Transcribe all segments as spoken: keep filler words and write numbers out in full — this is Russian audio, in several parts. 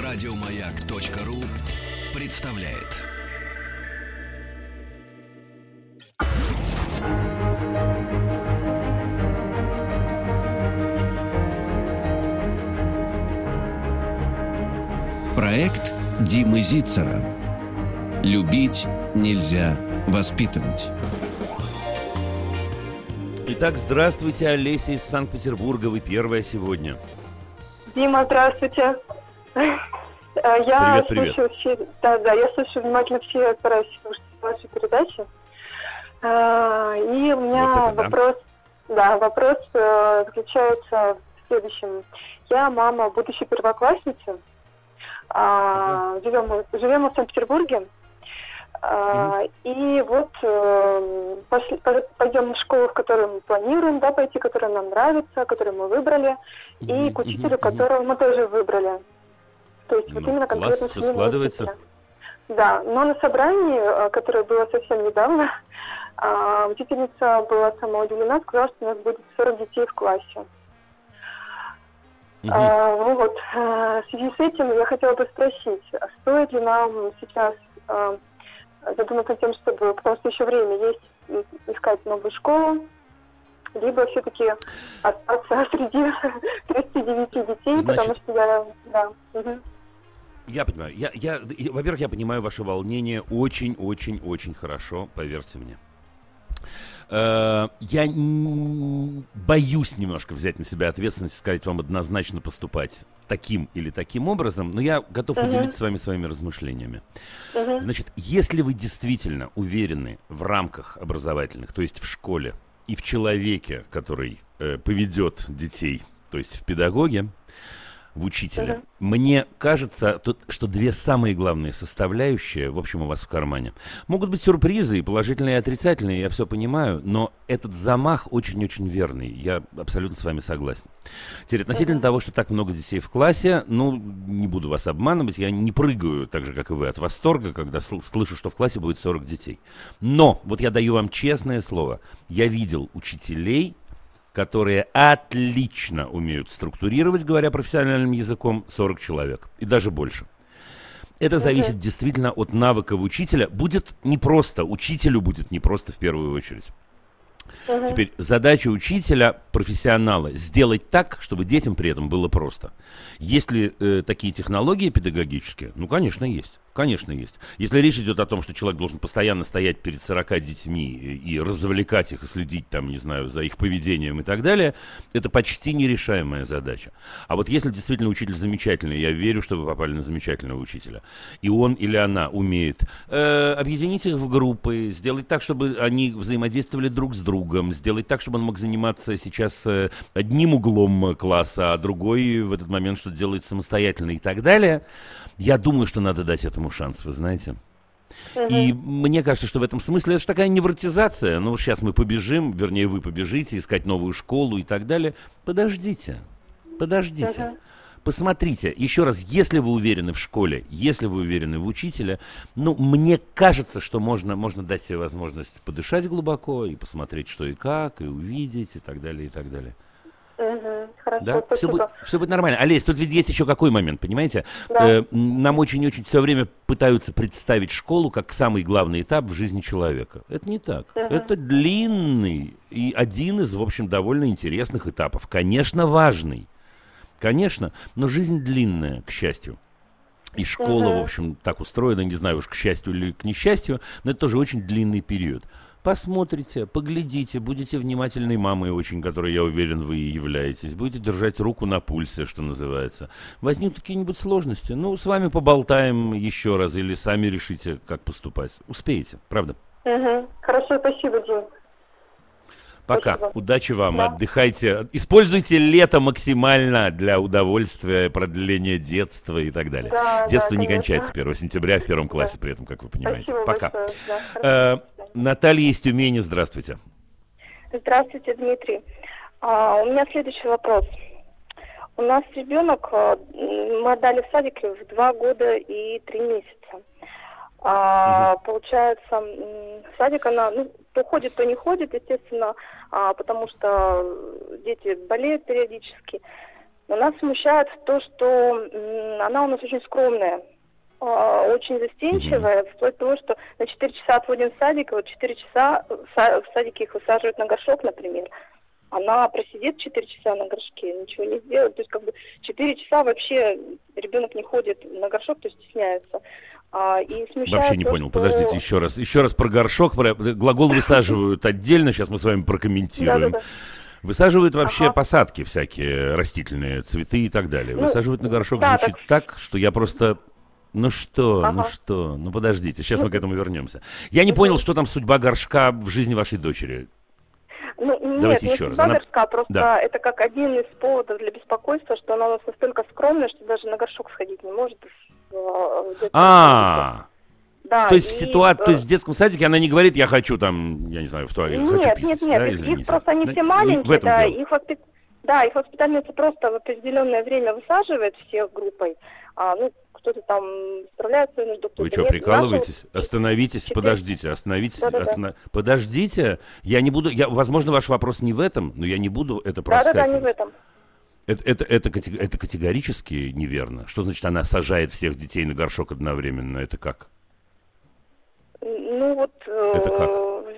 Радиомаяк.ру представляет. Проект Димы Зицера. Любить нельзя воспитывать. Итак, здравствуйте, Олеся из Санкт-Петербурга. Вы первая сегодня. Дима, здравствуйте. Я привет, привет. Слушаю все, да, да, я слушаю внимательно все, стараюсь слушать ваши передачи. И у меня вот это, вопрос, да, да вопрос заключается в следующем. Я мама будущей первоклассницы. Uh-huh. Живем, живем мы в Санкт-Петербурге. Uh-huh. И вот э, пошли, пойдем в школу, в которую мы планируем, да, пойти, которая нам нравится, которую мы выбрали, uh-huh. и к учителю, uh-huh. которого мы тоже выбрали. То есть ну, вот именно конкретно класс, все складывается. Учителя. Да, но на собрании, которое было совсем недавно, учительница была сама удивлена, сказала, что у нас будет сорок детей в классе. Uh-huh. А, ну вот, в связи с этим я хотела бы спросить, стоит ли нам сейчас а, задуматься тем, чтобы, потому что еще время есть, искать новую школу, либо все-таки остаться среди тридцати девяти детей, Значит... потому что я, да. Угу. Я понимаю, я, я, во-первых, я понимаю ваше волнение очень-очень-очень хорошо, поверьте мне. Я боюсь немножко взять на себя ответственность и сказать вам однозначно поступать таким или таким образом, но я готов uh-huh. поделиться с вами своими размышлениями. Uh-huh. Значит, если вы действительно уверены в рамках образовательных, то есть в школе, и в человеке, который э, поведет детей, то есть в педагоге, в учителе. Uh-huh. Мне кажется, тут, что две самые главные составляющие, в общем, у вас в кармане. Могут быть сюрпризы, и положительные, и отрицательные, я все понимаю, но этот замах очень-очень верный. Я абсолютно с вами согласен. Теперь, относительно uh-huh. того, что так много детей в классе, ну, не буду вас обманывать, я не прыгаю так же, как и вы, от восторга, когда слышу, что в классе будет сорок детей. Но, вот я даю вам честное слово, я видел учителей, которые отлично умеют структурировать, говоря профессиональным языком, сорок человек. И даже больше. Это зависит uh-huh. действительно от навыков учителя. Будет непросто. Учителю будет непросто в первую очередь. Uh-huh. Теперь задача учителя, профессионала, сделать так, чтобы детям при этом было просто. Есть ли э, такие технологии педагогические? Ну, конечно, есть. Конечно, есть. Если речь идет о том, что человек должен постоянно стоять перед сорока детьми и, и развлекать их, и следить, там, не знаю, за их поведением и так далее, это почти нерешаемая задача. А вот если действительно учитель замечательный, я верю, что вы попали на замечательного учителя, и он или она умеет э, объединить их в группы, сделать так, чтобы они взаимодействовали друг с другом, сделать так, чтобы он мог заниматься сейчас э, одним углом класса, а другой в этот момент что-то делает самостоятельно и так далее, я думаю, что надо дать этому шанс, вы знаете. Uh-huh. И мне кажется, что в этом смысле это же такая невротизация. Ну, сейчас мы побежим, вернее, вы побежите искать новую школу и так далее. Подождите, подождите. Uh-huh. Посмотрите, еще раз, если вы уверены в школе, если вы уверены в учителе, ну, мне кажется, что можно, можно дать себе возможность подышать глубоко и посмотреть, что и как, и увидеть, и так далее, и так далее. Угу, хорошо, да? спасибо. Все будет, все будет нормально. Олесь, тут ведь есть еще какой момент, понимаете? Да. Э, нам очень-очень все время пытаются представить школу как самый главный этап в жизни человека. Это не так. Угу. Это длинный и один из, в общем, довольно интересных этапов. Конечно, важный. Конечно, но жизнь длинная, к счастью. И школа, угу. в общем, так устроена, не знаю уж, к счастью или к несчастью, но это тоже очень длинный период. Посмотрите, поглядите, будете внимательной мамой очень, которой, я уверен, вы и являетесь. Будете держать руку на пульсе, что называется. Возникнут какие-нибудь сложности. Ну, с вами поболтаем еще раз или сами решите, как поступать. Успеете, правда? Угу. Хорошо, спасибо, Дим. Пока. Спасибо. Удачи вам. Да. Отдыхайте. Используйте лето максимально для удовольствия, продления детства и так далее. Да, Детство да, не конечно. кончается первого сентября в первом классе, да. При этом, как вы понимаете. Спасибо Пока. большое. Да, э, Наталья из Тюмени, здравствуйте. Здравствуйте, Дмитрий. А, у меня следующий вопрос. У нас ребенок, мы отдали в садик в два года и три месяца. А, угу. Получается, садик она, ну, то ходит, то не ходит, естественно, а, потому что дети болеют периодически. Но нас смущает то, что м, она у нас очень скромная, э, очень застенчивая, mm-hmm. вплоть до того, что на четыре часа отводим в садик, и вот четыре часа в садике их высаживают на горшок, например. Она просидит четыре часа на горшке, ничего не сделает. То есть как бы четыре часа вообще ребенок не ходит на горшок, то есть стесняется. А, и Вообще не то, понял, что... подождите, еще раз. Еще раз про горшок. Про... Глагол высаживают отдельно, сейчас мы с вами прокомментируем. Да-да-да. Высаживают вообще ага. посадки всякие, растительные, цветы и так далее. Ну, Высаживают на горшок да, звучит так... так, что я просто... Ну что, ага. ну что, ну подождите, сейчас ну, мы к этому вернемся. Я не понял, что там судьба горшка в жизни вашей дочери. Ну, Давайте нет, еще не раз. судьба Она... горшка, просто да. это как один из поводов для беспокойства, что она у нас настолько скромная, что даже на горшок сходить не может. А, да, то есть и... в ситуации, то есть в детском садике она не говорит, я хочу там, я не знаю, в туалет, нет, хочу писать, нет, нет, да, их, извините. их просто они да? все маленькие, в этом да, дело. их воспит... да, их воспитательница просто в определенное время высаживает всех группой, а, ну, кто-то там справляет свою нужду, кто-то Вы что, нет. прикалываетесь? Наша... Остановитесь, Четыре... подождите, остановитесь. Да, да, да. Отна... Подождите, я не буду, я, возможно, ваш вопрос не в этом, но я не буду это Да, проскакивать. да, да, не в этом. Это, это, это, это категорически неверно. Что значит, она сажает всех детей на горшок одновременно? Это как? Ну вот это как?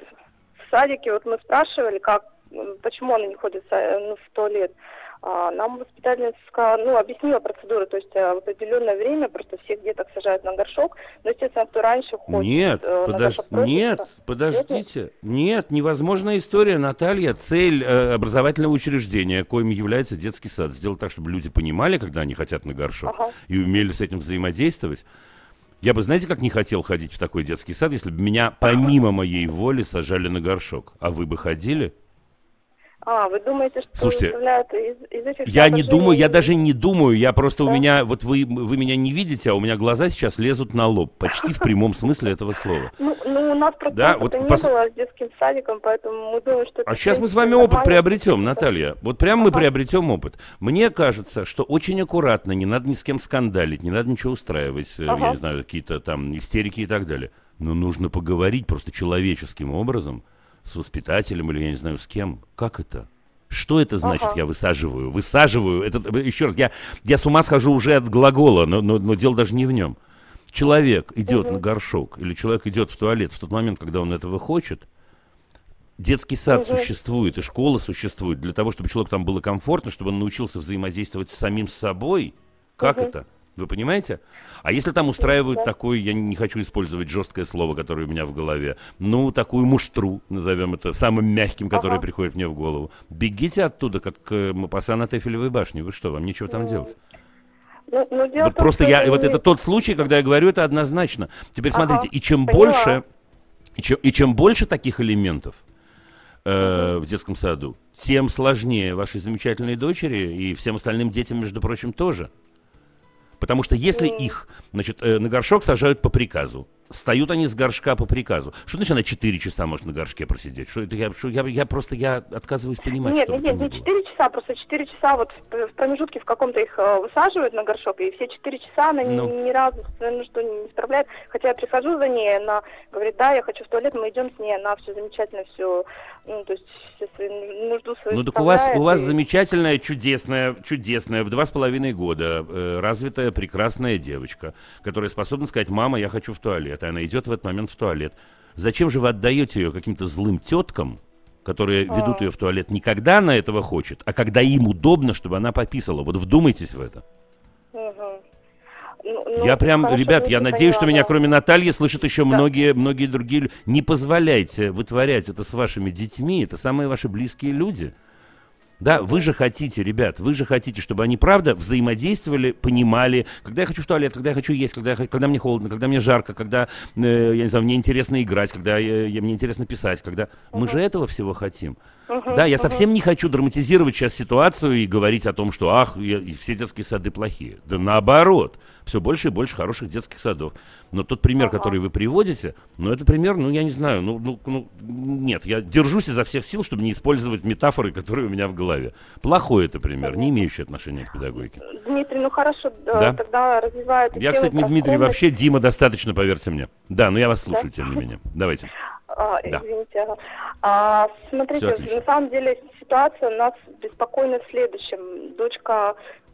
В садике вот мы спрашивали, как, почему она не ходит в туалет. А нам воспитательница сказала, ну, объяснила процедуру, то есть в определенное время просто всех деток сажают на горшок, но, естественно, кто раньше ходит нет, э, подож... на горшок просится. Нет, подождите, нет, нет, невозможная история, Наталья. Цель э, образовательного учреждения, коим является детский сад, сделать так, чтобы люди понимали, когда они хотят на горшок, ага. и умели с этим взаимодействовать. Я бы, знаете, как не хотел ходить в такой детский сад, если бы меня помимо моей воли сажали на горшок. А вы бы ходили? А, вы думаете, что Слушайте, заставляют из, из этих... Я не думаю, я даже не думаю, я просто да? у меня, вот вы, вы меня не видите, а у меня глаза сейчас лезут на лоб, почти в прямом смысле этого слова. Ну, ну у нас просто да, опыта вот не пос... было с детским садиком, поэтому мы думаем, что... А сейчас мы с вами опыт приобретем, Наталья, вот прям мы ага. приобретем опыт. Мне кажется, что очень аккуратно, не надо ни с кем скандалить, не надо ничего устраивать, ага. я не знаю, какие-то там истерики и так далее. Но нужно поговорить просто человеческим образом с воспитателем или я не знаю с кем. Как это? Что это значит, ага. я высаживаю? Высаживаю, это, еще раз, я, я с ума схожу уже от глагола, но, но, но дело даже не в нем. Человек идет угу. на горшок, или человек идет в туалет в тот момент, когда он этого хочет. Детский сад угу. существует, и школа существует для того, чтобы человеку там было комфортно, чтобы он научился взаимодействовать с самим собой. Как угу. это? Вы понимаете? А если там устраивают да. такой, я не хочу использовать жесткое слово, которое у меня в голове, ну, такую муштру, назовем это, самым мягким, которое ага. приходит мне в голову, бегите оттуда, как э, Мопассан от Эйфелевой башни. Вы что, вам нечего там mm. делать? Ну, ну, дело вот том, просто я, не... вот это тот случай, когда я говорю это однозначно. Теперь ага. смотрите, и чем Поняла. больше, и чем, и чем больше таких элементов э, mm-hmm. в детском саду, тем сложнее вашей замечательной дочери и всем остальным детям, между прочим, тоже. Потому что если mm. их, значит, э, на горшок сажают по приказу, встают они с горшка по приказу. Что значит она четыре часа может на горшке просидеть? Что это я, что я, я просто я отказываюсь понимать, нет, что нет, нет, не четыре часа, просто четыре часа вот в, в промежутке в каком-то их э, высаживают на горшок, и все четыре часа она ну. ни, ни разу свою нужду не справляет. Хотя я прихожу за ней, она говорит, да, я хочу в туалет, мы идем с ней, она все замечательно, все, ну, то есть все свою нужду свою Ну так у вас, у вас и... замечательная, чудесная, чудесная, в два с половиной года э, развитая, прекрасная девочка, которая способна сказать, мама, я хочу в туалет. И она идет в этот момент в туалет. Зачем же вы отдаете ее каким-то злым теткам, которые а. ведут ее в туалет не когда она этого хочет, а когда им удобно, чтобы она пописала? Вот вдумайтесь в это. Угу. Ну, я прям, хорошо, ребят, я надеюсь, поняла, что меня да. кроме Натальи слышат еще да. многие, многие другие. Не позволяйте вытворять это с вашими детьми, это самые ваши близкие люди. Да, вы же хотите, ребят, вы же хотите, чтобы они, правда, взаимодействовали, понимали, когда я хочу в туалет, когда я хочу есть, когда, я, когда мне холодно, когда мне жарко, когда, э, я не знаю, мне интересно играть, когда я, я, мне интересно писать, когда... Uh-huh. Мы же этого всего хотим. Uh-huh. Да, я uh-huh. совсем не хочу драматизировать сейчас ситуацию и говорить о том, что, ах, я, все детские сады плохие. Да наоборот, все больше и больше хороших детских садов. Но тот пример, uh-huh. который вы приводите, ну, это пример, ну, я не знаю, ну, ну, ну, нет, я держусь изо всех сил, чтобы не использовать метафоры, которые у меня в голове. Плохой это пример, uh-huh. не имеющий отношения к педагогике. Дмитрий, ну, хорошо, да? тогда развиваю эту Я, кстати, не Дмитрий, комнат. вообще Дима достаточно, поверьте мне. Да, но я вас слушаю, да. тем не менее. Давайте. А, Да. извините. ага. А, Всё смотрите, отлично. на самом деле ситуация нас беспокойна в следующем. Дочка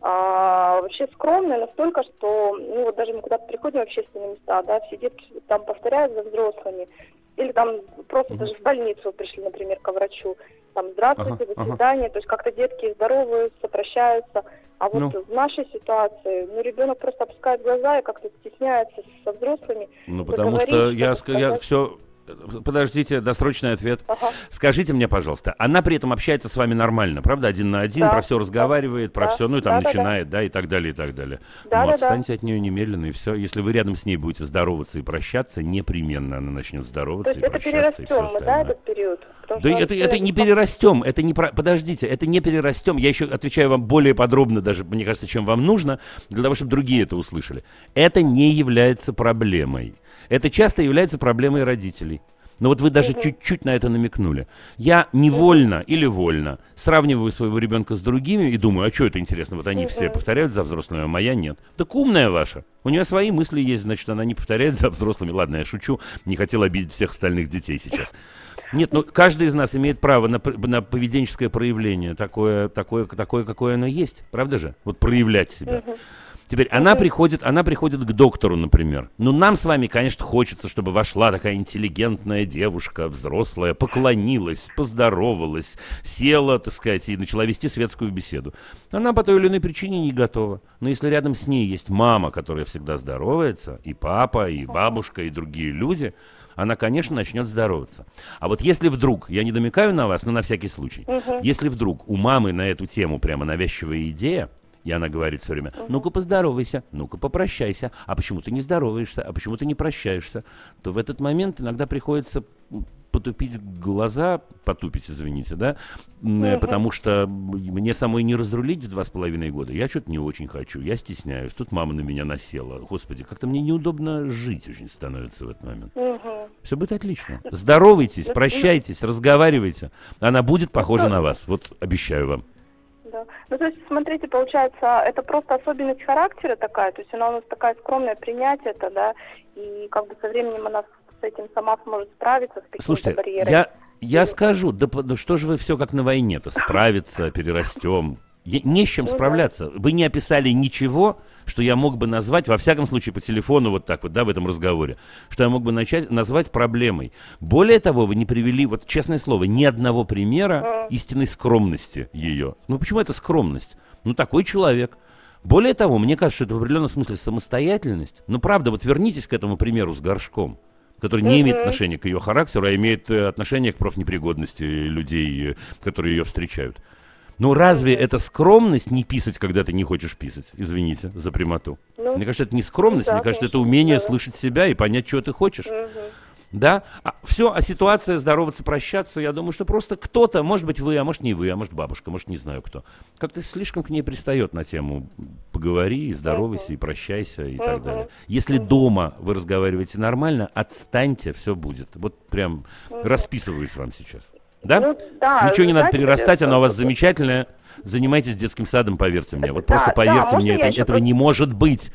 а, вообще скромная настолько, что, ну вот даже мы куда-то приходим в общественные места, да, все детки там повторяют за взрослыми. Или там просто Мгм. даже в больницу пришли, например, к врачу. Там, здравствуйте, Ага, до ага. свидания. То есть как-то детки здороваются, прощаются. А вот Ну. в нашей ситуации, ну, ребенок просто опускает глаза и как-то стесняется со взрослыми. Ну, потому заговорить, что я, что-то ска- я сказать. все... Подождите, досрочный ответ. Ага. Скажите мне, пожалуйста, она при этом общается с вами нормально, правда? Один на один, Да, про все да, разговаривает, про да, все, ну и там да, да, начинает, да, и так далее, и так далее. Да, ну, да, отстаньте от нее немедленно, и все. Если вы рядом с ней будете здороваться и прощаться, непременно она начнет То здороваться есть и это прощаться, и все перерастем мы, да, остальное. этот период? Потому Да что это, он это сильно не беспокоит. перерастем, это не про... Подождите, это не перерастем. Я еще отвечаю вам более подробно, даже, мне кажется, чем вам нужно, для того, чтобы другие это услышали. Это не является проблемой. Это часто является проблемой родителей. Но вот вы даже Мгм. чуть-чуть на это намекнули. Я невольно или вольно сравниваю своего ребенка с другими и думаю, а что это интересно, вот они Мгм. все повторяют за взрослыми, а моя нет. Так умная ваша. У нее свои мысли есть, значит, она не повторяет за взрослыми. Ладно, я шучу, не хотел обидеть всех остальных детей сейчас. Нет, ну каждый из нас имеет право на, п- на поведенческое проявление, такое, такое, такое, какое оно есть, правда же? Вот проявлять себя. Мгм. Теперь она приходит, она приходит к доктору, например. Ну, нам с вами, конечно, хочется, чтобы вошла такая интеллигентная девушка, взрослая, поклонилась, поздоровалась, села, так сказать, и начала вести светскую беседу. Она по той или иной причине не готова. Но если рядом с ней есть мама, которая всегда здоровается, и папа, и бабушка, и другие люди, она, конечно, начнет здороваться. А вот если вдруг, я не намекаю на вас, но на всякий случай, Мгм. если вдруг у мамы на эту тему прямо навязчивая идея, и она говорит все время, ну-ка поздоровайся, ну-ка попрощайся, а почему ты не здороваешься, а почему ты не прощаешься, то в этот момент иногда приходится потупить глаза, потупить, извините, да, м, э, потому что мне самой не разрулить в два с половиной года, я что-то не очень хочу, я стесняюсь, тут мама на меня насела, господи, как-то мне неудобно жить очень становится в этот момент. Мгм. Все будет отлично. Здоровайтесь, прощайтесь, разговаривайте, она будет похожа на вас, вот обещаю вам. Да. Ну, то есть, смотрите, получается, это просто особенность характера такая, то есть она у нас такая скромная, принять это, да, и как бы со временем она с этим сама сможет справиться, с какими-то Слушайте, барьерами. я, я Или- скажу, да, по- да что же вы все как на войне-то, справиться, перерастем. Е- Не с чем Ну да. справляться. Вы не описали ничего, что я мог бы назвать, во всяком случае по телефону вот так вот, да, в этом разговоре, что я мог бы начать назвать проблемой. Более того, вы не привели, вот честное слово, ни одного примера истинной скромности ее. Ну почему это скромность? Ну такой человек. Более того, мне кажется, что это в определенном смысле самостоятельность. Ну правда, вот вернитесь к этому примеру с горшком, который не имеет отношения к ее характеру, а имеет э, отношение к профнепригодности людей, э, которые ее встречают. Ну разве это скромность не писать, когда ты не хочешь писать? Извините за прямоту. Ну, Мне кажется, это не скромность, ну да, мне кажется, это конечно, умение да. слышать себя и понять, что ты хочешь. Мгм. Да? А, все, а ситуация здороваться, прощаться, я думаю, что просто кто-то, может быть вы, а может не вы, а может бабушка, может не знаю кто, как-то слишком к ней пристает на тему поговори, и здоровайся, и прощайся, и так Мгм. далее. Если дома вы разговариваете нормально, отстаньте, все будет. Вот прям расписываюсь вам сейчас. Да? Ну, да, Ничего не надо знаете, перерастать, она у вас это- замечательная. Занимайтесь детским садом, поверьте мне. Вот Да, просто да, поверьте можно мне, я это, еще этого просто- не может быть.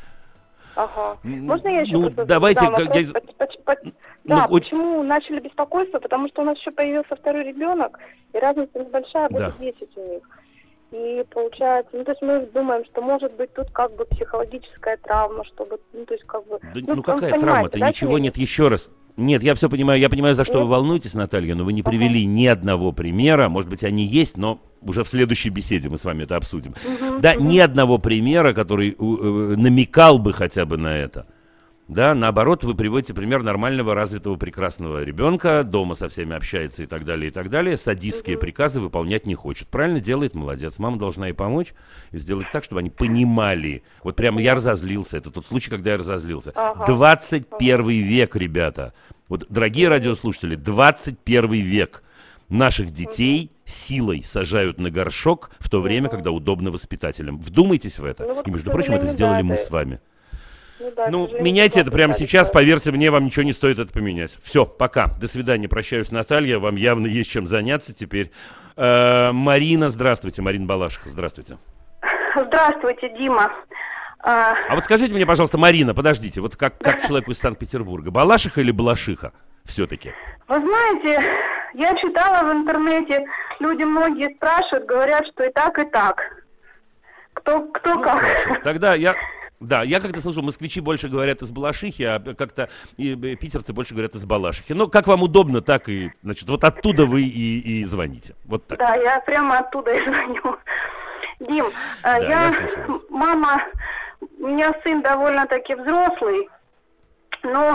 Ага. М, Можно я еще ну, просто давайте, задам как вопрос? я- Поч- поч- поч- Ну, Да, очень- почему начали беспокойство? Потому что у нас еще появился второй ребенок, и разница небольшая, Да. будет десять у них. И получается, ну то есть мы думаем, что может быть тут как бы психологическая травма, чтобы, ну то есть как бы... Да, ну, ну вы какая понимаете, травма-то? да, Ничего Сергей? нет, еще раз. Нет, я все понимаю, я понимаю, за что Нет? вы волнуетесь, Наталья, но вы не привели ни одного примера, может быть, они есть, но уже в следующей беседе мы с вами это обсудим. Да, ни одного примера, который э, намекал бы хотя бы на это. Да, наоборот, вы приводите пример нормального, развитого, прекрасного ребенка, дома со всеми общается и так далее, и так далее, садистские приказы выполнять не хочет. Правильно делает, молодец. Мама должна ей помочь и сделать так, чтобы они понимали. Вот прямо я разозлился, это тот случай, когда я разозлился. Ага. двадцать первый век, ребята. Вот, дорогие радиослушатели, двадцать первый век. Наших детей силой сажают на горшок в то время, когда удобно воспитателям. Вдумайтесь в это. Ну вот, И, между к прочим, это сожалению, сделали да, мы это- с вами. Ну, да, к Ну, сожалению, меняйте это классно прямо стали сейчас, делать. поверьте мне, вам ничего не стоит это поменять. Все, пока, до свидания, прощаюсь, Наталья, вам явно есть чем заняться теперь. Э, Марина, здравствуйте, Марина Балашиха, здравствуйте. Здравствуйте, Дима. А, А вот скажите мне, пожалуйста, Марина, подождите, вот как, как человеку из Санкт-Петербурга, Балашиха или Балашиха все-таки? Вы знаете, я читала в интернете, люди многие спрашивают, говорят, что и так, и так. Кто, кто Ну, как. хорошо. Тогда я... Да, я как-то слышал, москвичи больше говорят из Балашихи, а как-то и, и питерцы больше говорят из Балашихи. Ну, как вам удобно, так и, значит, вот оттуда вы и, и звоните. Вот так. Да, я прямо оттуда и звоню. Дим, Да, я, я слышу вас. мама, у меня сын довольно-таки взрослый, но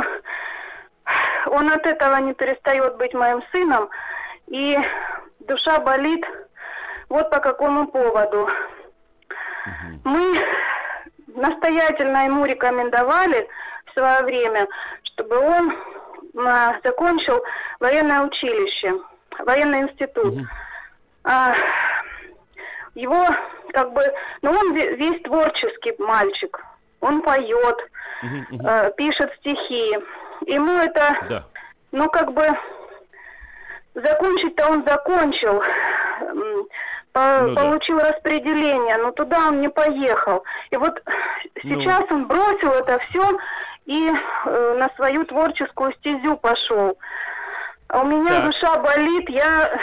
он от этого не перестает быть моим сыном, и душа болит вот по какому поводу. Угу. Мы настоятельно ему рекомендовали в свое время, чтобы он а, закончил военное училище, военный институт. Угу. А, его, как бы, ну он весь творческий мальчик, он поет, Угу, угу. э, пишет стихи. Ему это, Да. ну как бы, закончить-то он закончил, м, по- Ну да. получил распределение, но туда он не поехал. И вот Ну. сейчас он бросил это все и э, на свою творческую стезю пошел. А у меня Так. душа болит, я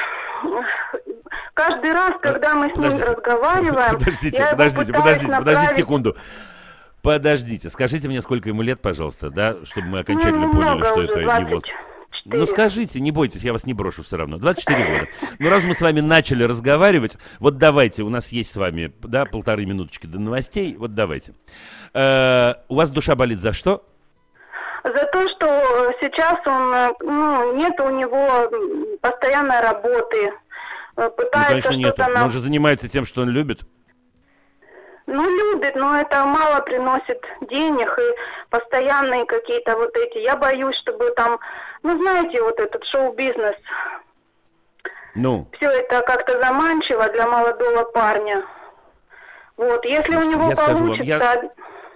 каждый раз, когда мы с ним Подождите. разговариваем, Подождите, я его подождите, пытаюсь подождите, подождите направить- секунду. Подождите, скажите мне, сколько ему лет, пожалуйста, да, чтобы мы окончательно Ну, поняли, немного что уже, это не двадцать возраст. четыре. Ну скажите, не бойтесь, я вас не брошу все равно. двадцать четыре года. Ну раз мы с вами начали разговаривать, вот давайте, у нас есть с вами, да, полторы минуточки до новостей, вот давайте. Э, у вас душа болит за что? За то, что сейчас он, ну, нет у него постоянной работы, Ну, пытается конечно, нет. что-то Но нам... он же занимается тем, что он любит. Ну, любит, но это мало приносит денег и постоянные какие-то вот эти. Я боюсь, чтобы там, ну, знаете, вот этот шоу-бизнес, Ну, все это как-то заманчиво для молодого парня. Вот, если Слушайте, у него я скажу вам, получится... я-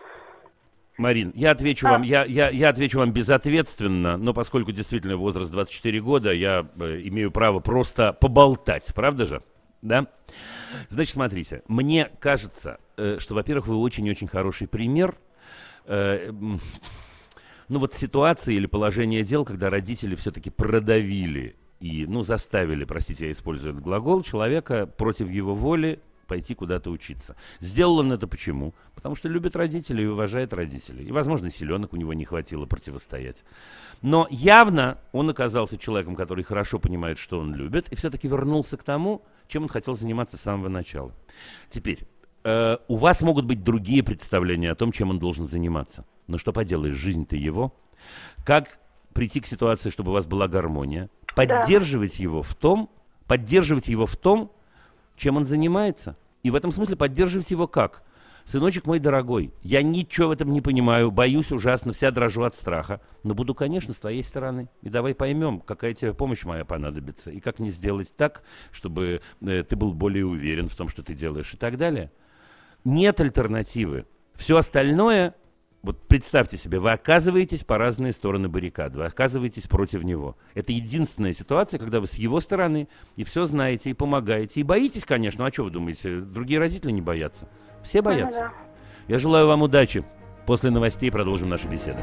Марин, я отвечу А. вам, я, я, я отвечу вам безответственно, но поскольку действительно возраст двадцать четыре года, я э, имею право просто поболтать, правда же? Да? Значит, смотрите, мне кажется, э, что, во-первых, вы очень-очень хороший пример, э, м, ну вот ситуации или положение дел, когда родители все-таки продавили и, ну, заставили, простите, я использую этот глагол, человека против его воли пойти куда-то учиться. Сделал он это почему? Потому что любит родителей и уважает родителей. И, возможно, силенок у него не хватило противостоять. Но явно он оказался человеком, который хорошо понимает, что он любит, и все-таки вернулся к тому, чем он хотел заниматься с самого начала. Теперь, э, у вас могут быть другие представления о том, чем он должен заниматься. Но что поделаешь, жизнь-то его. Как прийти к ситуации, чтобы у вас была гармония? Поддерживать его в том, поддерживать его в том, чем он занимается. И в этом смысле поддерживать его как? Сыночек мой дорогой, я ничего в этом не понимаю, боюсь ужасно, вся дрожу от страха. Но буду, конечно, с твоей стороны. И давай поймем, какая тебе помощь моя понадобится. И как мне сделать так, чтобы э, ты был более уверен в том, что ты делаешь и так далее. Нет альтернативы. Все остальное, вот представьте себе, вы оказываетесь по разные стороны баррикад, вы оказываетесь против него. Это единственная ситуация, когда вы с его стороны и все знаете, и помогаете. И боитесь, конечно, а что вы думаете, другие родители не боятся? Все боятся. Да. Я желаю вам удачи. После новостей продолжим нашу беседу.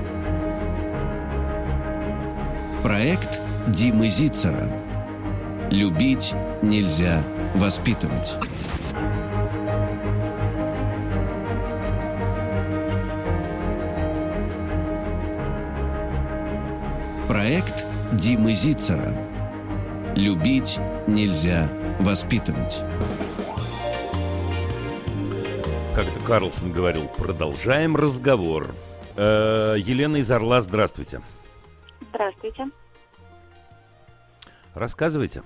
Проект Димы Зицера. Любить нельзя воспитывать. Проект Димы Зицера. Любить нельзя воспитывать. Как это Карлсон говорил, продолжаем разговор. Э, Елена из Орла, здравствуйте. Здравствуйте. Рассказывайте.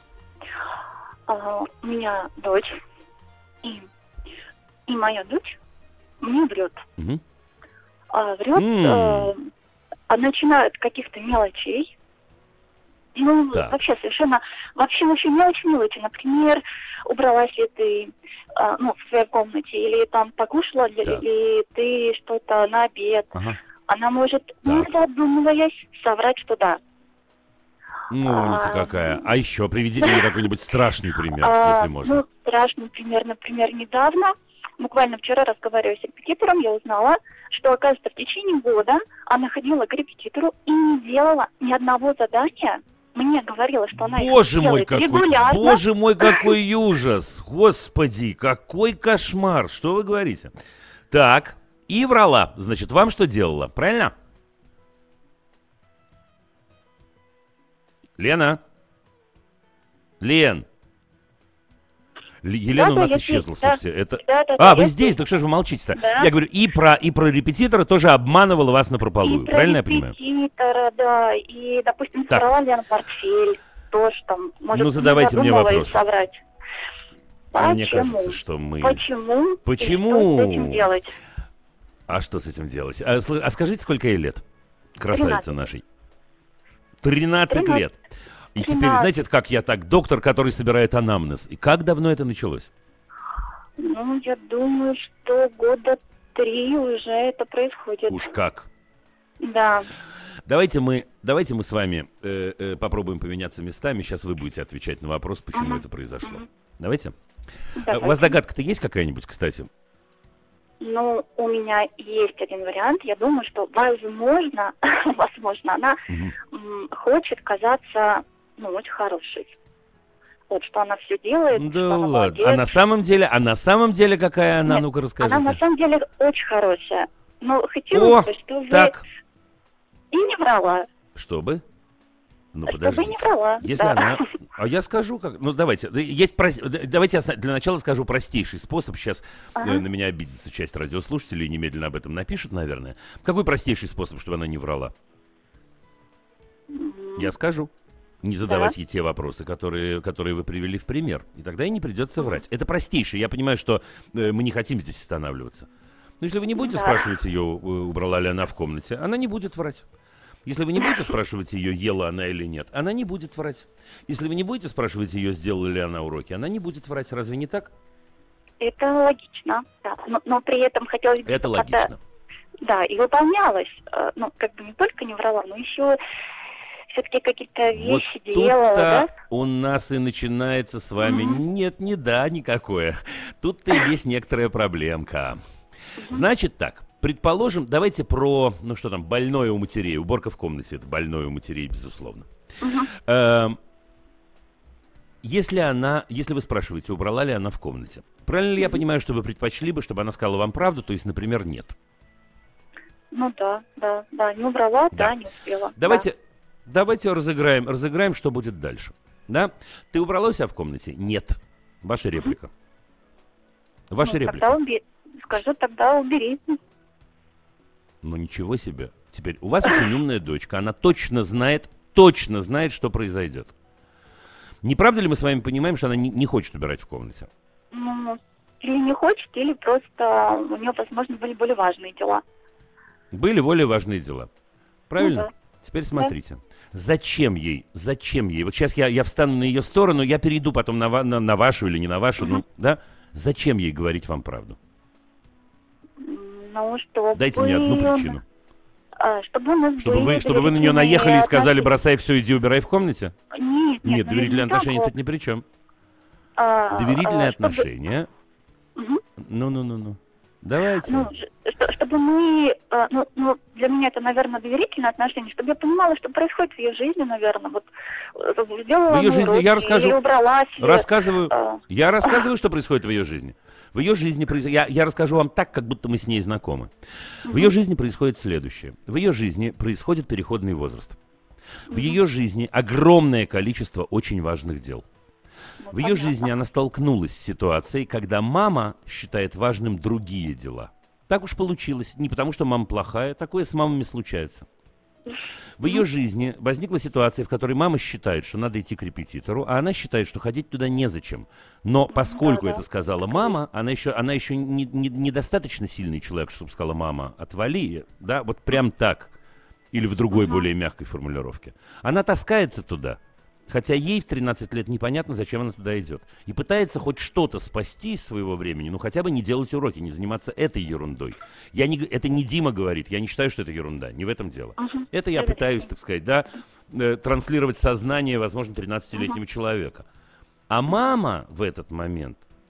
А, у меня дочь, и, и моя дочь мне врет. Угу. А, врет, М. э, а начиная от каких-то мелочей. Ну, Так. вообще совершенно, вообще очень мелочи-мелочи. Например, убралась ли ты а, ну, в своей комнате, или там покушала ли, Так. или ты что-то на обед. Ага. Она может, не задумываясь, соврать, что да. Ну, умница А, какая. А еще приведите мне какой-нибудь страшный пример, А, если можно. Ну, страшный пример, например, недавно буквально вчера, разговаривая с репетитором, я узнала, что, оказывается, в течение года она ходила к репетитору и не делала ни одного задания. Мне говорила, что она Боже их мой, делает какой, регулярно. боже мой, какой ужас! Господи, какой кошмар! Что вы говорите? Так, и врала. Значит, вам что делала? Правильно? Лена? Лен? Л- Елена Да, у да, нас я исчезла, здесь, да. слушайте. Это... Да, да, А, да, вы я здесь? Так что же вы молчите-то? Да. Я говорю, и про, и про репетитора тоже обманывала вас напропалую. И про Правильно я понимаю? репетитора, да, и, допустим, Так. собрала ли она портфель, тоже там, может, Ну, задавайте не мне задумываясь вопрос. соврать. А мне Почему? кажется, что мы... Почему? И Почему? что с этим делать? А что с этим делать? А, сл- а скажите, сколько ей лет? Красавице тринадцать. нашей. тринадцать тринадцать. лет. И теперь, тринадцать. знаете, как я так, доктор, который собирает анамнез. И как давно это началось? Ну, я думаю, что года три уже это происходит. Уж как. Да. Давайте мы, давайте мы с вами э, э, попробуем поменяться местами. Сейчас вы будете отвечать на вопрос, почему Ага. это произошло. Ага. Давайте. Давайте. У вас догадка-то есть какая-нибудь, кстати? Ну, у меня есть один вариант. Я думаю, что, возможно, возможно, она Мгм. м, хочет казаться, ну, очень хорошей. Вот, что она все делает, что Да она ладно. молодец. А на самом деле, а на самом деле какая она? Нет, Ну-ка Она расскажите. на самом деле очень хорошая. Но хотелось бы, чтобы Так, и не врала. чтобы? Ну, Чтобы подождите. не врала. Если да. она... А я скажу, как... Ну, давайте. Да, Есть прос- да, Давайте я сна- для начала скажу простейший способ. Сейчас Ага. э, на меня обидится часть радиослушателей и немедленно об этом напишут, наверное. Какой простейший способ, чтобы она не врала? М, Я скажу. Не задавать ей те вопросы, которые, которые вы привели в пример. И тогда ей не придется врать. Это простейший. Я понимаю, что э, мы не хотим здесь останавливаться. Но если вы не будете Да. спрашивать ее, э, убрала ли она в комнате, она не будет врать. Если вы не будете спрашивать ее, ела она или нет, она не будет врать. Если вы не будете спрашивать ее, сделала ли она уроки, она не будет врать. Разве не так? Это логично, да. Но, но при этом хотелось бы... Это чтобы логично. это- Да, и выполнялось. Э, Ну, как бы не только не врала, но еще все-таки какие-то Вот вещи делала, тут-то да? у нас и начинается с вами Мгм. нет, не да, никакое. Тут-то и есть некоторая проблемка. Значит так, предположим, давайте про, ну что там, больное у матерей. Уборка в комнате, это больное у матерей, безусловно. Мгм. Эм, Если она, если вы спрашиваете, убрала ли она в комнате, правильно ли я понимаю, что вы предпочли бы, чтобы она сказала вам правду, то есть, например, нет? Ну да, да, да, не убрала, Да. да, не успела. Давайте, давайте разыграем, разыграем, что будет дальше. Да? Ты убрала у себя в комнате? Нет. Ваша реплика. Да. Ваша Ну, реплика. тогда уби- Скажу, тогда убери. Ну ничего себе. Теперь у вас очень умная дочка. Она точно знает, точно знает, что произойдет. Не правда ли мы с вами понимаем, что она не, не хочет убирать в комнате? Ну, или не хочет, или просто у нее, возможно, были более важные дела. Были более важные дела. Правильно? Ну да. Теперь смотрите. Зачем ей, зачем ей? Вот сейчас я, я встану на ее сторону, я перейду потом на, ва- на, на вашу или не на вашу, ну, да? Зачем ей говорить вам правду? Ну, чтобы... Дайте мне одну причину. а, Чтобы, у нас Чтобы были вы, чтобы вы на нее доверительные наехали и сказали, отношения. бросай все, иди убирай в комнате? Нет, нет, Нет, ну, доверительные не так отношения вот. тут ни при чем. А, Доверительные а, чтобы- отношения. Мгм. Ну-ну-ну-ну. Давайте. Ну, ж- что- чтобы мы, а, ну, ну, для меня это, наверное, доверительные отношения, чтобы я понимала, что происходит в ее жизни, наверное, вот э, сделала В ее она жизни, уроки я расскажу. или убралась, или, Рассказываю, а, я рассказываю, что происходит в ее жизни. В ее жизни произ- я, я расскажу вам так, как будто мы с ней знакомы. В ее жизни происходит следующее. В ее жизни происходит переходный возраст. В ее жизни огромное количество очень важных дел. ну, В ее понятно. жизни она столкнулась с ситуацией, когда мама считает важным другие дела. Так уж получилось. Не потому, что мама плохая. Такое с мамами случается. В ее жизни возникла ситуация, в которой мама считает, что надо идти к репетитору, а она считает, что ходить туда незачем. Но поскольку да, да. это сказала мама, она еще, она еще не, не- недостаточно сильный человек, чтобы сказала: мама, отвали, да, вот прям так. Или в другой, более мягкой формулировке. Она таскается туда. Хотя ей в тринадцать лет непонятно, зачем она туда идет. И пытается хоть что-то спасти из своего времени, ну хотя бы не делать уроки, не заниматься этой ерундой. Я не, г- это не Дима говорит, я не считаю, что это ерунда, не в этом дело. Мгм. Это я Доверительно. пытаюсь, так сказать, да, э, транслировать сознание, возможно, тринадцатилетнего человека. А мама в этот момент,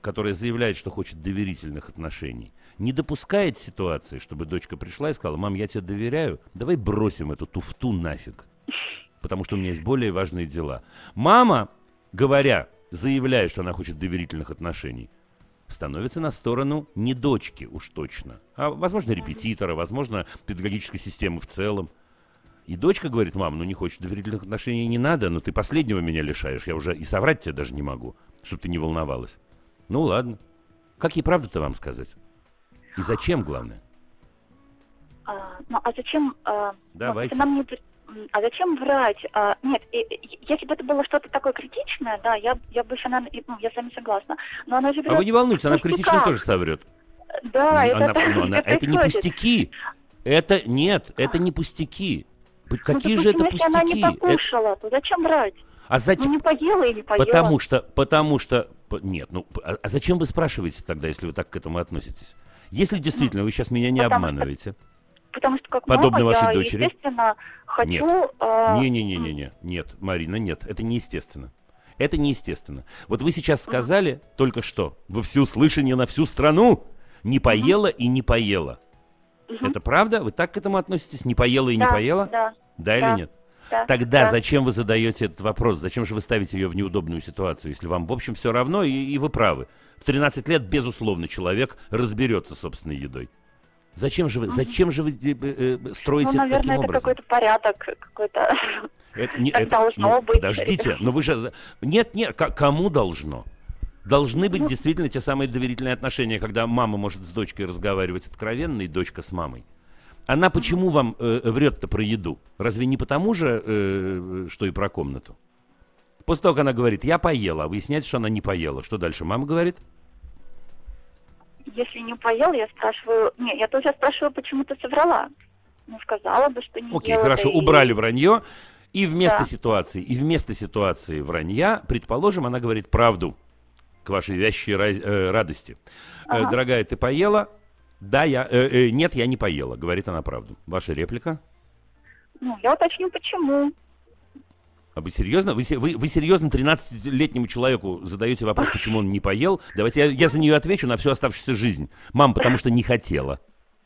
которая заявляет, что хочет доверительных отношений, не допускает ситуации, чтобы дочка пришла и сказала: мам, я тебе доверяю, давай бросим эту туфту нафиг, потому что у меня есть более важные дела. Мама, говоря, заявляя, что она хочет доверительных отношений, становится на сторону не дочки уж точно, а, возможно, репетитора, возможно, педагогической системы в целом. И дочка говорит: мам, ну не хочешь доверительных отношений, не надо, но ты последнего меня лишаешь, я уже и соврать тебе даже не могу, чтобы ты не волновалась. Ну ладно. Как ей правду-то вам сказать? И зачем, главное? А, ну а зачем... А, Давайте. Ну, нам не... А зачем врать? А, нет, и, и, если бы это было что-то такое критичное, да, я, я бы еще, наверное, ну, я с вами согласна. Но она же врет. А вы не волнуйтесь, она в критичном тоже соврет. Да, она, это, она, она, это, это не пустяки. Это, нет, это не пустяки. Какие ну, же это если пустяки? Она не покушала, это... то зачем врать? А зачем? Ну не поела и не поела. Потому что, потому что, нет, ну, а, а зачем вы спрашиваете тогда, если вы так к этому относитесь? Если действительно вы сейчас меня не потому обманываете. Что, потому что как подобно мама, вашей я, дочери. Естественно, хочу... Нет. А... Не-не-не-не-не, нет, Марина, нет, это неестественно. Это неестественно. Вот вы сейчас сказали mm. только что, во всеуслышание на всю страну, не поела mm-hmm. и не поела. Mm-hmm. Это правда? Вы так к этому относитесь? Не поела и да, не поела? Да. Да, да или нет? Да, Тогда да. зачем вы задаете этот вопрос? Зачем же вы ставите ее в неудобную ситуацию, если вам, в общем, все равно, и, и вы правы? В тринадцать лет, безусловно, человек разберется с собственной едой. Зачем же вы, зачем же вы э, э, строите ну, наверное, таким это образом? какой-то порядок, какой-то... Это, не, так это, должно ну, быть. Подождите, но вы же... Нет, нет, к- кому должно? Должны быть ну, действительно те самые доверительные отношения, когда мама может с дочкой разговаривать откровенно, и дочка с мамой. Она почему вам э, врет-то про еду? Разве не потому же, э, что и про комнату? После того, как она говорит: я поела, а выясняется, что она не поела. Что дальше мама говорит? Если не поела, я спрашиваю... Нет, я тоже спрашиваю, почему ты соврала. Ну, сказала бы, что не Окей, ела. хорошо, и... убрали вранье. И вместо да. ситуации, и вместо ситуации вранья, предположим, она говорит правду к вашей вящей э, радости. Ага. Э, дорогая, ты поела? Да, я... Э, э, нет, я не поела, говорит она правду. Ваша реплика? Ну, я уточню, почему. А вы серьезно? Вы, вы, вы серьезно тринадцатилетнему человеку задаете вопрос, почему он не поел? Давайте я, я за нее отвечу на всю оставшуюся жизнь. Мам, потому что не хотела.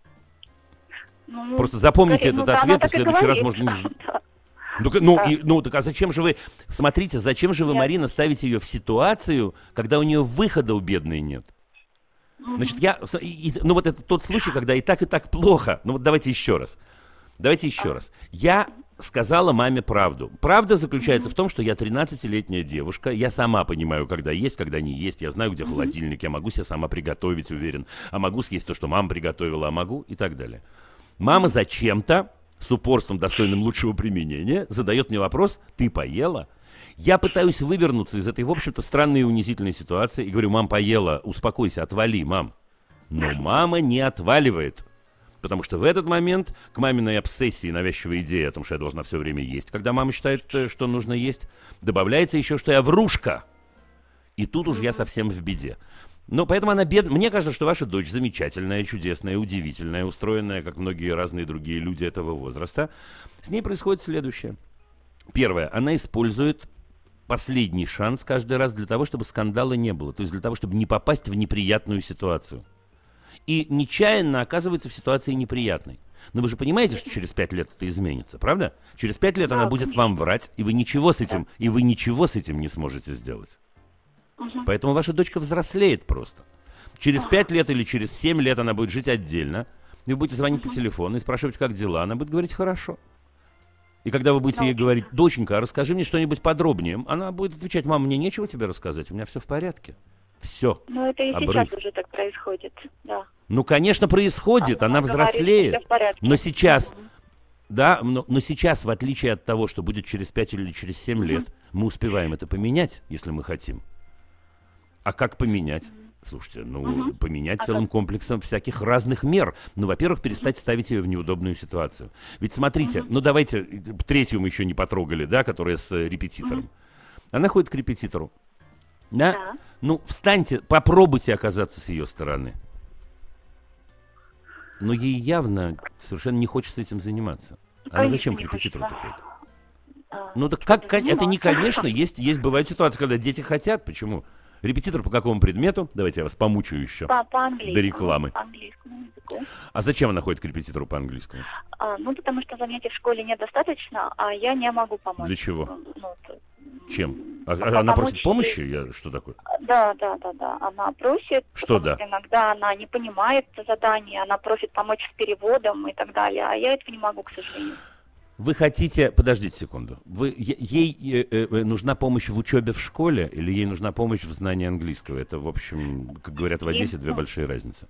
Ну, Просто запомните ну, этот да, ответ, и в следующий раз можно не... Ну, ну, да. и, ну, так а зачем же вы... Смотрите, зачем же вы, нет. Марина, ставите ее в ситуацию, когда у нее выхода у бедной нет? Значит, я... И, ну, вот это тот случай, когда и так, и так плохо. Ну, вот давайте еще раз. Давайте еще раз. Я сказала маме правду. Правда заключается в том, что я тринадцатилетняя девушка. Я сама понимаю, когда есть, когда не есть. Я знаю, где холодильник. Я могу себе сама приготовить, уверен. А могу съесть то, что мама приготовила, а могу и так далее. Мама зачем-то, с упорством, достойным лучшего применения, задает мне вопрос: ты поела? Я пытаюсь вывернуться из этой, в общем-то, странной и унизительной ситуации. И говорю: мам, поела, успокойся, отвали, мам. Но мама не отваливает. Потому что в этот момент к маминой обсессии, навязчивой идее о том, что я должна все время есть, когда мама считает, что нужно есть, добавляется еще, что я врушка. И тут уж я совсем в беде. Но поэтому она бедная. Мне кажется, что ваша дочь замечательная, чудесная, удивительная, устроенная, как многие разные другие люди этого возраста. С ней происходит следующее. Первое. Она использует последний шанс каждый раз для того, чтобы скандала не было. То есть для того, чтобы не попасть в неприятную ситуацию. И нечаянно оказывается в ситуации неприятной. Но вы же понимаете, что через пять лет это изменится, правда? Через пять лет да, она будет вам врать, и вы ничего с этим, и вы ничего с этим не сможете сделать. Угу. Поэтому ваша дочка взрослеет просто. Через пять лет или через семь лет она будет жить отдельно. И вы будете звонить угу. по телефону и спрашивать, как дела. Она будет говорить: хорошо. И когда вы будете ей говорить: доченька, расскажи мне что-нибудь подробнее, она будет отвечать: мам, мне нечего тебе рассказать, у меня все в порядке. Все. Ну, это и обрыв. Сейчас уже так происходит, да. Ну, конечно, происходит, а она взрослеет. Говорит, но сейчас, mm-hmm. да, но, но сейчас, в отличие от того, что будет через пять или через семь mm-hmm. лет, мы успеваем это поменять, если мы хотим. А как поменять? Mm-hmm. Слушайте, ну, mm-hmm. поменять а целым как? комплексом всяких разных мер. Ну, во-первых, перестать mm-hmm. ставить ее в неудобную ситуацию. Ведь смотрите, mm-hmm. ну, давайте, третью мы еще не потрогали, да, которая с репетитором. Mm-hmm. Она ходит к репетитору. Да? Да. Ну, встаньте, попробуйте оказаться с ее стороны. Но ей явно совершенно не хочется этим заниматься. Она зачем к репетитору ходит? А, ну, так как, это не, конечно, есть, есть, бывают ситуации, когда дети хотят. Почему? Репетитор по какому предмету? Давайте я вас помучаю еще. По, по английскому. До рекламы. По английскому языку. А зачем она ходит к репетитору по английскому? А, ну, потому что занятий в школе недостаточно, а я не могу помочь. Для чего? Ну, то, Чем? А, а, она помочь просит помощи? Я, что такое? Да, да, да, да. Она просит. Что да? Иногда она не понимает задание, она просит помочь с переводом и так далее, а я этого не могу, к сожалению. Вы хотите... Подождите секунду. Вы, ей э, э, нужна помощь в учебе в школе или ей нужна помощь в знании английского? Это, в общем, как говорят в Одессе, две большие разницы.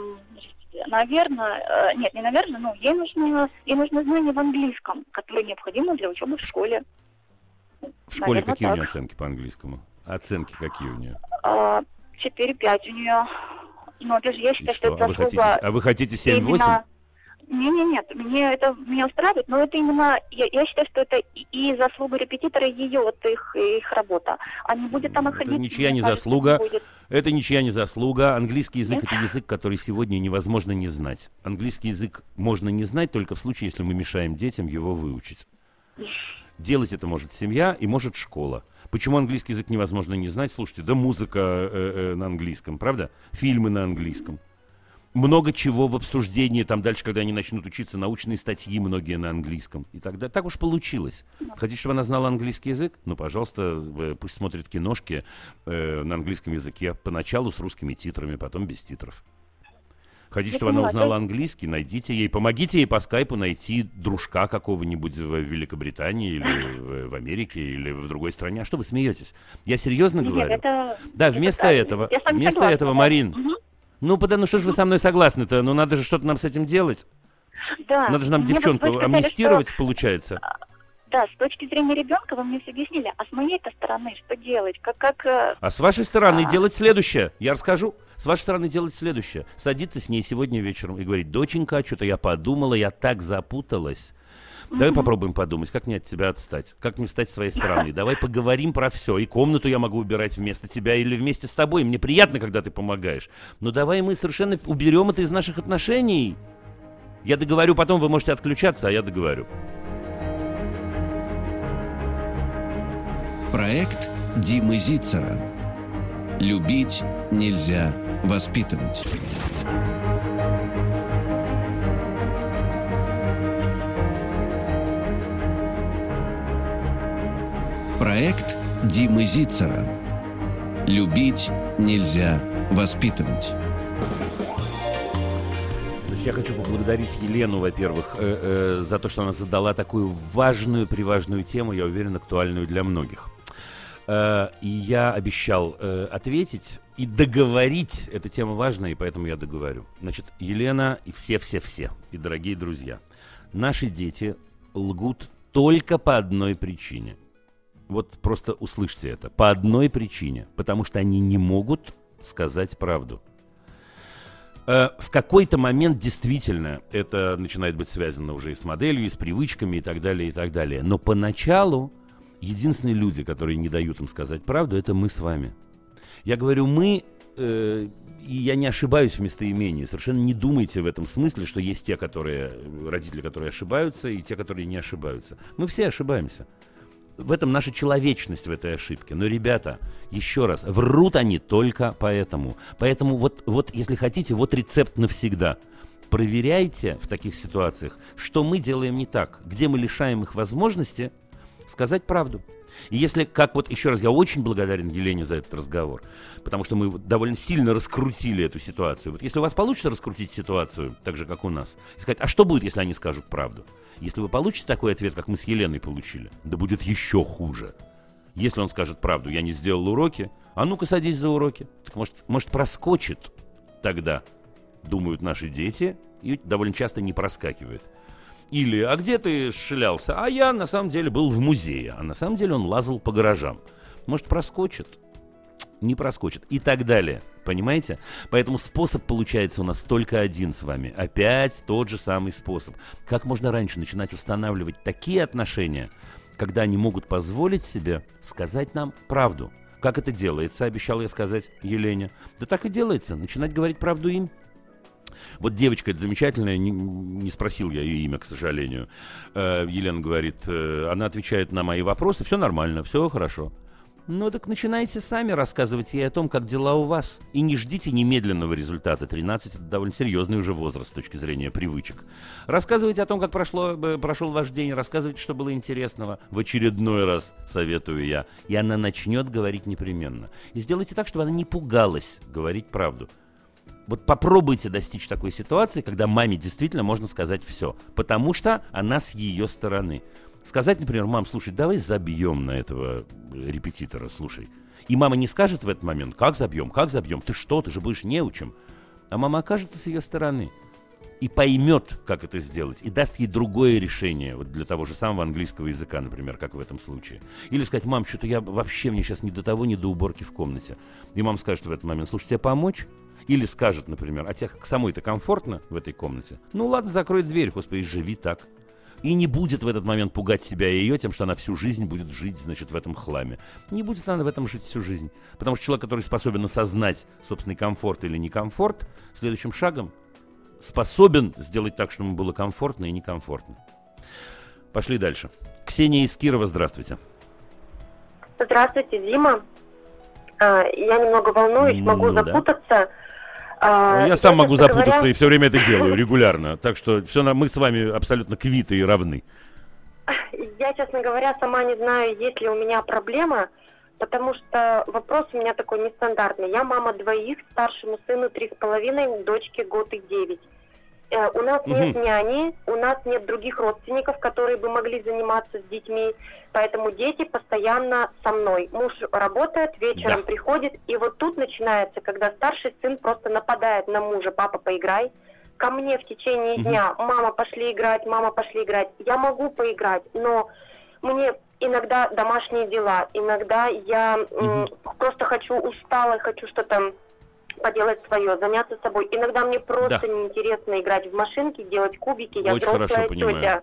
Наверное... Нет, не наверное, но ей нужно, ей нужно знание в английском, которое необходимо для учебы в школе. В школе Наверное, какие так. у нее оценки по английскому? Оценки какие у нее? четыре-пять у нее. Но опять же, я считаю, что, что? это А вы хотите, заслуга а вы хотите семь-восемь? именно... Нет, нет, нет, мне это меня устраивает, но это именно, я, я считаю, что это и, и заслуга репетитора, и ее, вот их, их работа. А не будет она ходить... Это ничья не кажется, заслуга. не будет. Это ничья не заслуга. Английский язык — Нет? это язык, который сегодня невозможно не знать. Английский язык можно не знать только в случае, если мы мешаем детям его выучить. Делать это может семья и может школа. Почему английский язык невозможно не знать? Слушайте, да музыка э, э, на английском, правда? Фильмы на английском. Много чего в обсуждении, там дальше, когда они начнут учиться, научные статьи многие на английском. И тогда так уж получилось. Хотите, чтобы она знала английский язык? Ну, пожалуйста, э, пусть смотрит киношки э, на английском языке. Поначалу с русскими титрами, потом без титров. Хотите, чтобы она узнала английский? Найдите ей, помогите ей по скайпу найти дружка какого-нибудь в Великобритании или в Америке или в другой стране. А что вы смеетесь? Я серьезно Нет, говорю? это... Да, это вместо так. этого, Я с вами вместо согласна, этого, да. Марин, Угу. ну, потому что ж вы со мной согласны-то? Ну, надо же что-то нам с этим делать. Да. Надо же нам Мне девчонку вот вы сказали, амнистировать, что- получается. Да, с точки зрения ребенка вы мне все объяснили, а с моей-то стороны что делать? Как, как... э, А с вашей стороны А. делать следующее. Я расскажу. С вашей стороны делать следующее. Садиться с ней сегодня вечером и говорить: доченька, что-то я подумала, я так запуталась. Давай попробуем подумать, как мне от тебя отстать, как мне встать с своей стороны. Давай поговорим про все. И комнату я могу убирать вместо тебя или вместе с тобой. Мне приятно, когда ты помогаешь. Но давай мы совершенно уберем это из наших отношений. Я договорю потом, вы можете отключаться, а я договорю. Проект Димы Зицера. Любить нельзя воспитывать. Проект Димы Зицера. Любить нельзя воспитывать. Значит, я хочу поблагодарить Елену, во-первых, э, э, за то, что она задала такую важную, приважную тему, я уверен, актуальную для многих. Э, и я обещал э, ответить и договорить. Эта тема важная, и поэтому я договорю. Значит, Елена и все-все-все, и дорогие друзья, наши дети лгут только по одной причине. Вот просто услышьте это. По одной причине. Потому что они не могут сказать правду. Э, в какой-то момент действительно это начинает быть связано уже и с моделью, и с привычками, и так далее, и так далее. Но поначалу единственные люди, которые не дают им сказать правду, это мы с вами. Я говорю «мы», э, и я не ошибаюсь в местоимении. Совершенно не думайте в этом смысле, что есть те, которые, родители, которые ошибаются, и те, которые не ошибаются. Мы все ошибаемся. В этом наша человечность, в этой ошибке. Но, ребята, еще раз, врут они только поэтому. Поэтому вот, вот, если хотите, вот рецепт навсегда. Проверяйте в таких ситуациях, что мы делаем не так, где мы лишаем их возможности сказать правду. И если, как вот еще раз, я очень благодарен Елене за этот разговор, потому что мы довольно сильно раскрутили эту ситуацию. Вот если у вас получится раскрутить ситуацию, так же, как у нас, и сказать, а что будет, если они скажут правду? Если вы получите такой ответ, как мы с Еленой получили, да будет еще хуже. Если он скажет правду, я не сделал уроки, а ну-ка садись за уроки. Так может, может проскочит тогда, думают наши дети, и довольно часто не проскакивает. Или, а где ты шлялся? А я на самом деле был в музее, а на самом деле он лазал по гаражам. Может проскочит? Не проскочит. И так далее. Понимаете? Поэтому способ получается у нас только один с вами. Опять тот же самый способ. Как можно раньше начинать устанавливать такие отношения, когда они могут позволить себе сказать нам правду. Как это делается, обещал я сказать Елене. Да так и делается. Начинать говорить правду им. Вот девочка эта замечательная, не, не спросил я ее имя, к сожалению. Э, Елена говорит, э, она отвечает на мои вопросы, все нормально, все хорошо. Ну так начинайте сами рассказывать ей о том, как дела у вас. И не ждите немедленного результата. тринадцать – это довольно серьезный уже возраст с точки зрения привычек. Рассказывайте о том, как прошло, прошел ваш день, рассказывайте, что было интересного. В очередной раз советую я. И она начнет говорить непременно. И сделайте так, чтобы она не пугалась говорить правду. Вот попробуйте достичь такой ситуации, когда маме действительно можно сказать все. Потому что она с ее стороны. Сказать, например, мам, слушай, давай забьем на этого репетитора, слушай. И мама не скажет в этот момент, как забьем, как забьем, ты что, ты же будешь неучим. А мама окажется с ее стороны и поймет, как это сделать, и даст ей другое решение, вот для того же самого английского языка, например, как в этом случае. Или сказать, мам, что-то я вообще, мне сейчас ни до того, ни до уборки в комнате. И мама скажет в этот момент, слушай, тебе помочь? Или скажет, например, а тебе самой-то комфортно в этой комнате? Ну ладно, закрой дверь, господи, живи так. И не будет в этот момент пугать себя и ее тем, что она всю жизнь будет жить, значит, в этом хламе. Не будет она в этом жить всю жизнь. Потому что человек, который способен осознать собственный комфорт или некомфорт, следующим шагом способен сделать так, чтобы ему было комфортно и некомфортно. Пошли дальше. Ксения из Кирова, здравствуйте. Здравствуйте, Дима. Я немного волнуюсь, могу ну, запутаться. Да. А, я сам я, могу запутаться говоря... и все время это делаю регулярно. Так что все, мы с вами абсолютно квиты и равны. Я, честно говоря, сама не знаю, есть ли у меня проблема, потому что вопрос у меня такой нестандартный. Я мама двоих, старшему сыну три с половиной, дочке год и девять. Э, у нас нет угу. няни, у нас нет других родственников, которые бы могли заниматься с детьми, поэтому дети постоянно со мной. Муж работает, вечером да. приходит, и вот тут начинается, когда старший сын просто нападает на мужа: папа, поиграй. Ко мне в течение угу. дня: мама, пошли играть, мама, пошли играть. Я могу поиграть, но мне иногда домашние дела, иногда я угу. м, просто хочу, устала, хочу что-то поделать свое, заняться собой. Иногда мне просто да. неинтересно играть в машинки, делать кубики. Я Очень взрослая тетя.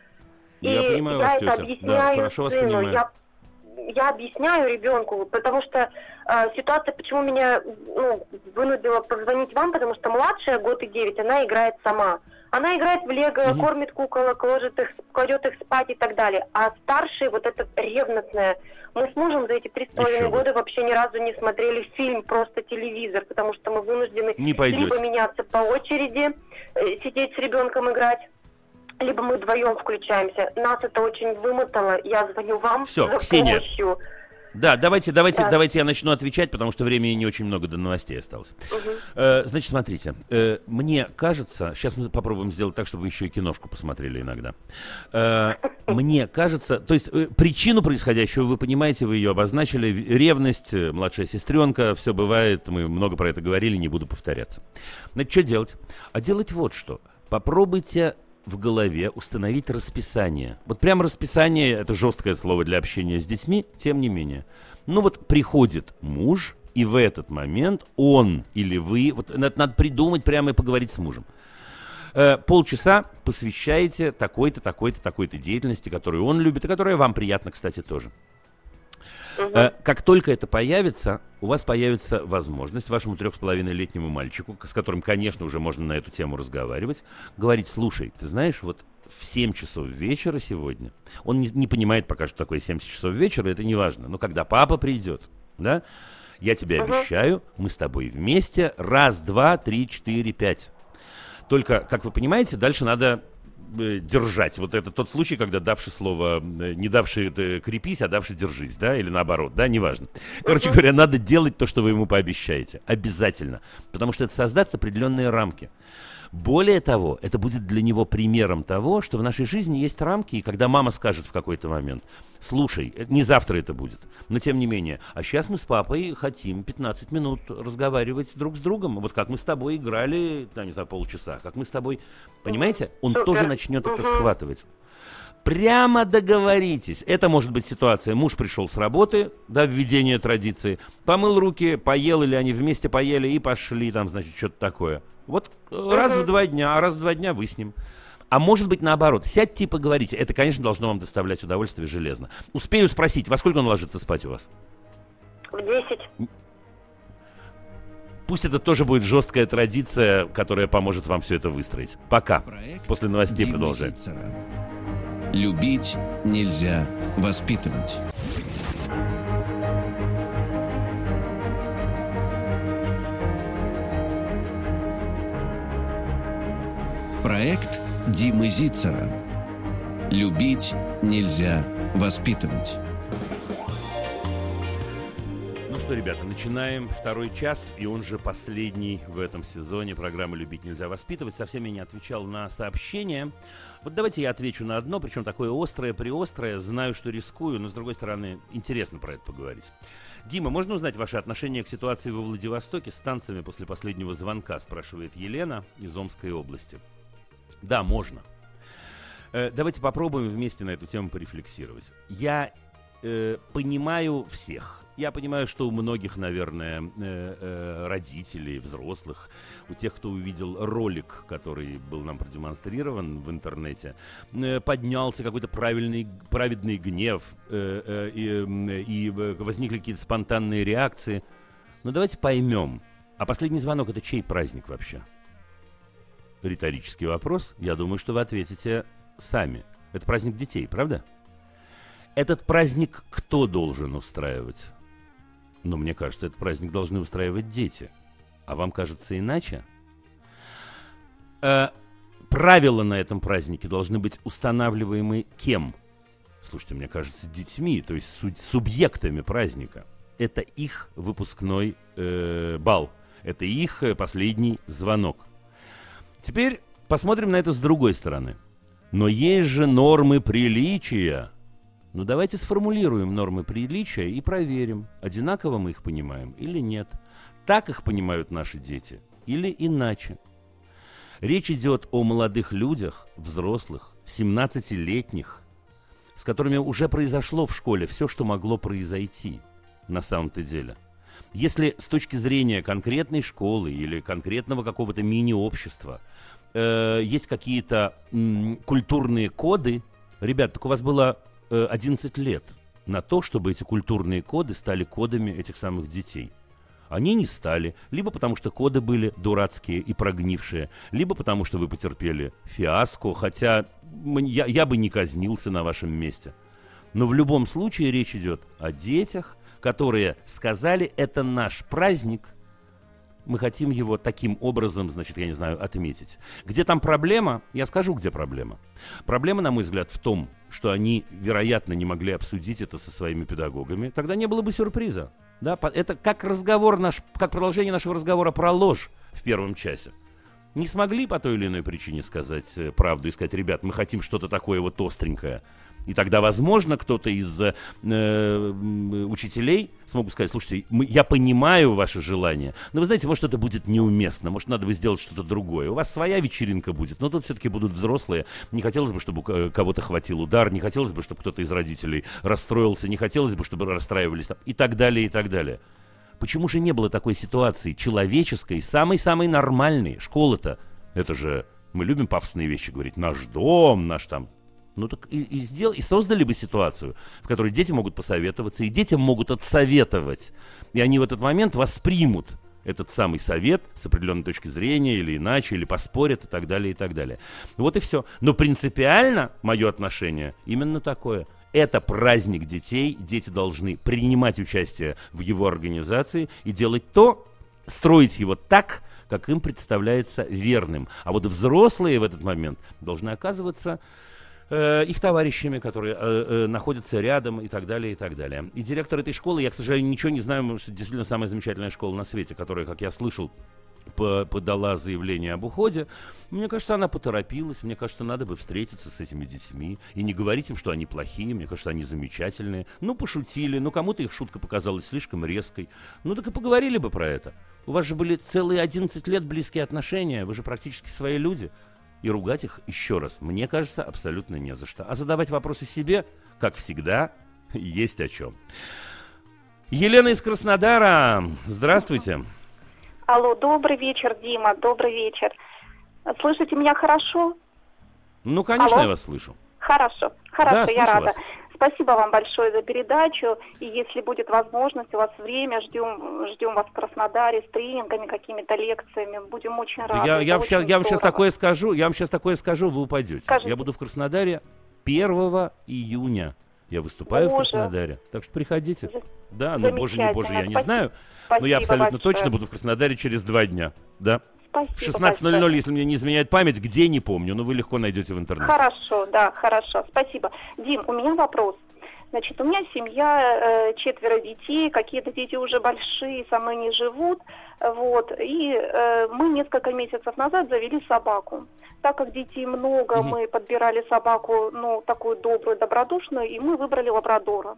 И я понимаю я вас, это тетя. объясняю да, сыну. Я, я объясняю ребенку, потому что э, ситуация, почему меня ну, вынудила позвонить вам, потому что младшая, год и девять, она играет сама. Она играет в лего, угу. кормит куколок, ложит их, кладет их спать и так далее. А старший, вот это ревностное. Мы с мужем за эти три с половиной года вообще ни разу не смотрели фильм, просто телевизор, потому что мы вынуждены либо меняться по очереди, э, сидеть с ребенком играть, либо мы вдвоем включаемся. Нас это очень вымотало. Я звоню вам Все, за Ксения. помощью. Да, давайте, давайте, да. давайте я начну отвечать, потому что времени не очень много до новостей осталось. Угу. Э, значит, смотрите, э, мне кажется, сейчас мы попробуем сделать так, чтобы вы еще и киношку посмотрели иногда. Э, мне кажется, то есть э, причину происходящего вы понимаете, вы ее обозначили, ревность, младшая сестренка, все бывает, мы много про это говорили, не буду повторяться. Значит, что делать? А делать вот что. Попробуйте в голове установить расписание. Вот прям расписание, это жесткое слово для общения с детьми, тем не менее. Ну вот приходит муж, и в этот момент он или вы, вот это надо придумать прямо и поговорить с мужем. Э, полчаса посвящаете такой-то, такой-то, такой-то деятельности, которую он любит, и которая вам приятна, кстати, тоже. Угу. Э, как только это появится, у вас появится возможность вашему трех с половиной летнему мальчику, с которым, конечно, уже можно на эту тему разговаривать, говорить: слушай, ты знаешь, вот в семь часов вечера сегодня, он не, не понимает пока, что такое семь часов вечера, это не важно, но когда папа придет, да, я тебе угу. обещаю, мы с тобой вместе раз, два, три, четыре, пять. Только, как вы понимаете, дальше надо держать. Вот это тот случай, когда давший слово, не давший это крепись, а давший держись, да, или наоборот, да, неважно. Короче uh-huh. говоря, надо делать то, что вы ему пообещаете. Обязательно. Потому что это создаст определенные рамки. Более того, это будет для него примером того, что в нашей жизни есть рамки, и когда мама скажет в какой-то момент: слушай, не завтра это будет, но тем не менее, а сейчас мы с папой хотим пятнадцать минут разговаривать друг с другом, вот как мы с тобой играли, там, не знаю, полчаса, как мы с тобой, понимаете, он Супер. тоже начнет угу. это схватывать. Прямо договоритесь. Это может быть ситуация: муж пришел с работы, да, введение традиции, помыл руки, поел, или они вместе поели и пошли, там, значит, что-то такое. Вот uh-huh. раз в два дня, а раз в два дня вы с ним. А может быть наоборот, сядьте и поговорите. Это, конечно, должно вам доставлять удовольствие железно. Успею спросить, во сколько он ложится спать у вас? В десять. Пусть это тоже будет жесткая традиция, которая поможет вам все это выстроить. Пока. Проект После новостей Димы продолжаем. Зицера. Любить нельзя воспитывать. Проект Димы Зицера. Любить нельзя воспитывать. Ну что, ребята, начинаем второй час, и он же последний в этом сезоне программы «Любить нельзя воспитывать». Совсем я не отвечал на сообщения. Вот давайте я отвечу на одно, причем такое острое, приострое. Знаю, что рискую, но, с другой стороны, интересно про это поговорить. Дима, можно узнать ваше отношение к ситуации во Владивостоке с танцами после последнего звонка, спрашивает Елена из Омской области. Да, можно. Э, давайте попробуем вместе на эту тему порефлексировать. Я э, понимаю всех. Я понимаю, что у многих, наверное, э, э, родителей, взрослых, у тех, кто увидел ролик, который был нам продемонстрирован в интернете, э, поднялся какой-то правильный, праведный гнев, э, э, и, и возникли какие-то спонтанные реакции. Но давайте поймем, а последний звонок — это чей праздник вообще? Риторический вопрос. Я думаю, что вы ответите сами. Это праздник детей, правда? Этот праздник кто должен устраивать? Но мне кажется, этот праздник должны устраивать дети. А вам кажется иначе? Э, правила на этом празднике должны быть устанавливаемы кем? Слушайте, мне кажется, детьми, то есть су- субъектами праздника. Это их выпускной э, бал. Это их э, последний звонок. Теперь посмотрим на это с другой стороны. Но есть же нормы приличия. Ну, давайте сформулируем нормы приличия и проверим, одинаково мы их понимаем или нет. Так их понимают наши дети или иначе. Речь идет о молодых людях, взрослых, семнадцатилетних, с которыми уже произошло в школе все, что могло произойти на самом-то деле. Если с точки зрения конкретной школы или конкретного какого-то мини-общества э, есть какие-то м, культурные коды, ребят, так у вас было одиннадцать лет на то, чтобы эти культурные коды стали кодами этих самых детей. Они не стали, либо потому что коды были дурацкие и прогнившие, либо потому что вы потерпели фиаско, хотя я, я бы не казнился на вашем месте. Но в любом случае речь идет о детях, которые сказали: это наш праздник, мы хотим его таким образом, значит, я не знаю, отметить. Где там проблема? Я скажу, где проблема. Проблема, на мой взгляд, в том, что они, вероятно, не могли обсудить это со своими педагогами. Тогда не было бы сюрприза. Да? Это как разговор наш, как продолжение нашего разговора про ложь в первом часе. Не смогли по той или иной причине сказать правду и сказать: ребят, мы хотим что-то такое вот остренькое. И тогда, возможно, кто-то из э, учителей смогут сказать: слушайте, мы, я понимаю ваше желание, но вы знаете, может, это будет неуместно, может, надо бы сделать что-то другое. У вас своя вечеринка будет, но тут все-таки будут взрослые. Не хотелось бы, чтобы у кого-то хватил удар, не хотелось бы, чтобы кто-то из родителей расстроился, не хотелось бы, чтобы расстраивались и так далее, и так далее. Почему же не было такой ситуации человеческой, самой-самой нормальной? Школа-то, это же, мы любим пафосные вещи говорить, наш дом, наш там... Ну так и, и, сдел, и создали бы ситуацию, в которой дети могут посоветоваться, и детям могут отсоветовать. И они в этот момент воспримут этот самый совет с определенной точки зрения, или иначе, или поспорят, и так далее, и так далее. Вот и все. Но принципиально мое отношение именно такое. Это праздник детей, дети должны принимать участие в его организации и делать то, строить его так, как им представляется верным. А вот взрослые в этот момент должны оказываться их товарищами, которые э, э, находятся рядом, и так далее, и так далее. И директор этой школы, я, к сожалению, ничего не знаю, потому что это действительно самая замечательная школа на свете, которая, как я слышал, по- подала заявление об уходе. Мне кажется, она поторопилась, мне кажется, надо бы встретиться с этими детьми и не говорить им, что они плохие, мне кажется, они замечательные. Ну, пошутили, ну, кому-то их шутка показалась слишком резкой. Ну, так и поговорили бы про это. У вас же были целые одиннадцать лет близкие отношения, вы же практически свои люди. И ругать их еще раз, мне кажется, абсолютно не за что. А задавать вопросы себе, как всегда, есть о чем. Елена из Краснодара, здравствуйте. Алло, добрый вечер, Дима, добрый вечер. Слышите меня хорошо? Ну, конечно, Алло? Я вас слышу. Хорошо, хорошо, да, я рада. Вас. Спасибо вам большое за передачу. И если будет возможность, у вас время, ждем, ждем вас в Краснодаре с тренингами, какими-то лекциями. Будем очень рады. Я, я, вам, сейчас, я вам сейчас такое скажу, я вам сейчас такое скажу, вы упадете. Скажите. Я буду в Краснодаре первого июня. Я выступаю Боже. в Краснодаре. Так что приходите. Да, ну, боже не боже, я не знаю. Спасибо но я абсолютно большое. точно буду в Краснодаре через два дня. Да. Спасибо шестнадцать ноль ноль, если мне не изменяет память, где, не помню, но вы легко найдете в интернете. Хорошо, да, хорошо, спасибо. Дим, у меня вопрос. Значит, у меня семья, э, четверо детей, какие-то дети уже большие, со мной не живут, вот, и э, мы несколько месяцев назад завели собаку. Так как детей много, угу. мы подбирали собаку, ну, такую добрую, добродушную, и мы выбрали лабрадора.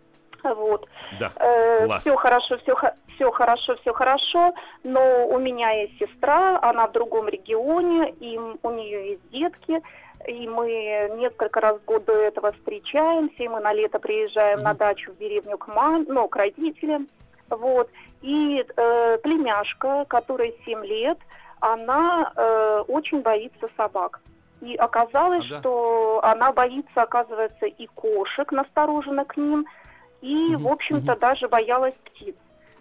Вот. Да, э, класс. Все хорошо, все, все хорошо, все хорошо, но у меня есть сестра, она в другом регионе, и у нее есть детки, и мы несколько раз в год до этого встречаемся, и мы на лето приезжаем mm-hmm. на дачу в деревню к маме, ну, к родителям, вот, и э, племяшка, которой семь лет, она э, очень боится собак. И оказалось, ага. что она боится, оказывается, и кошек, насторожена к ним, и, угу, в общем-то, угу. даже боялась птиц.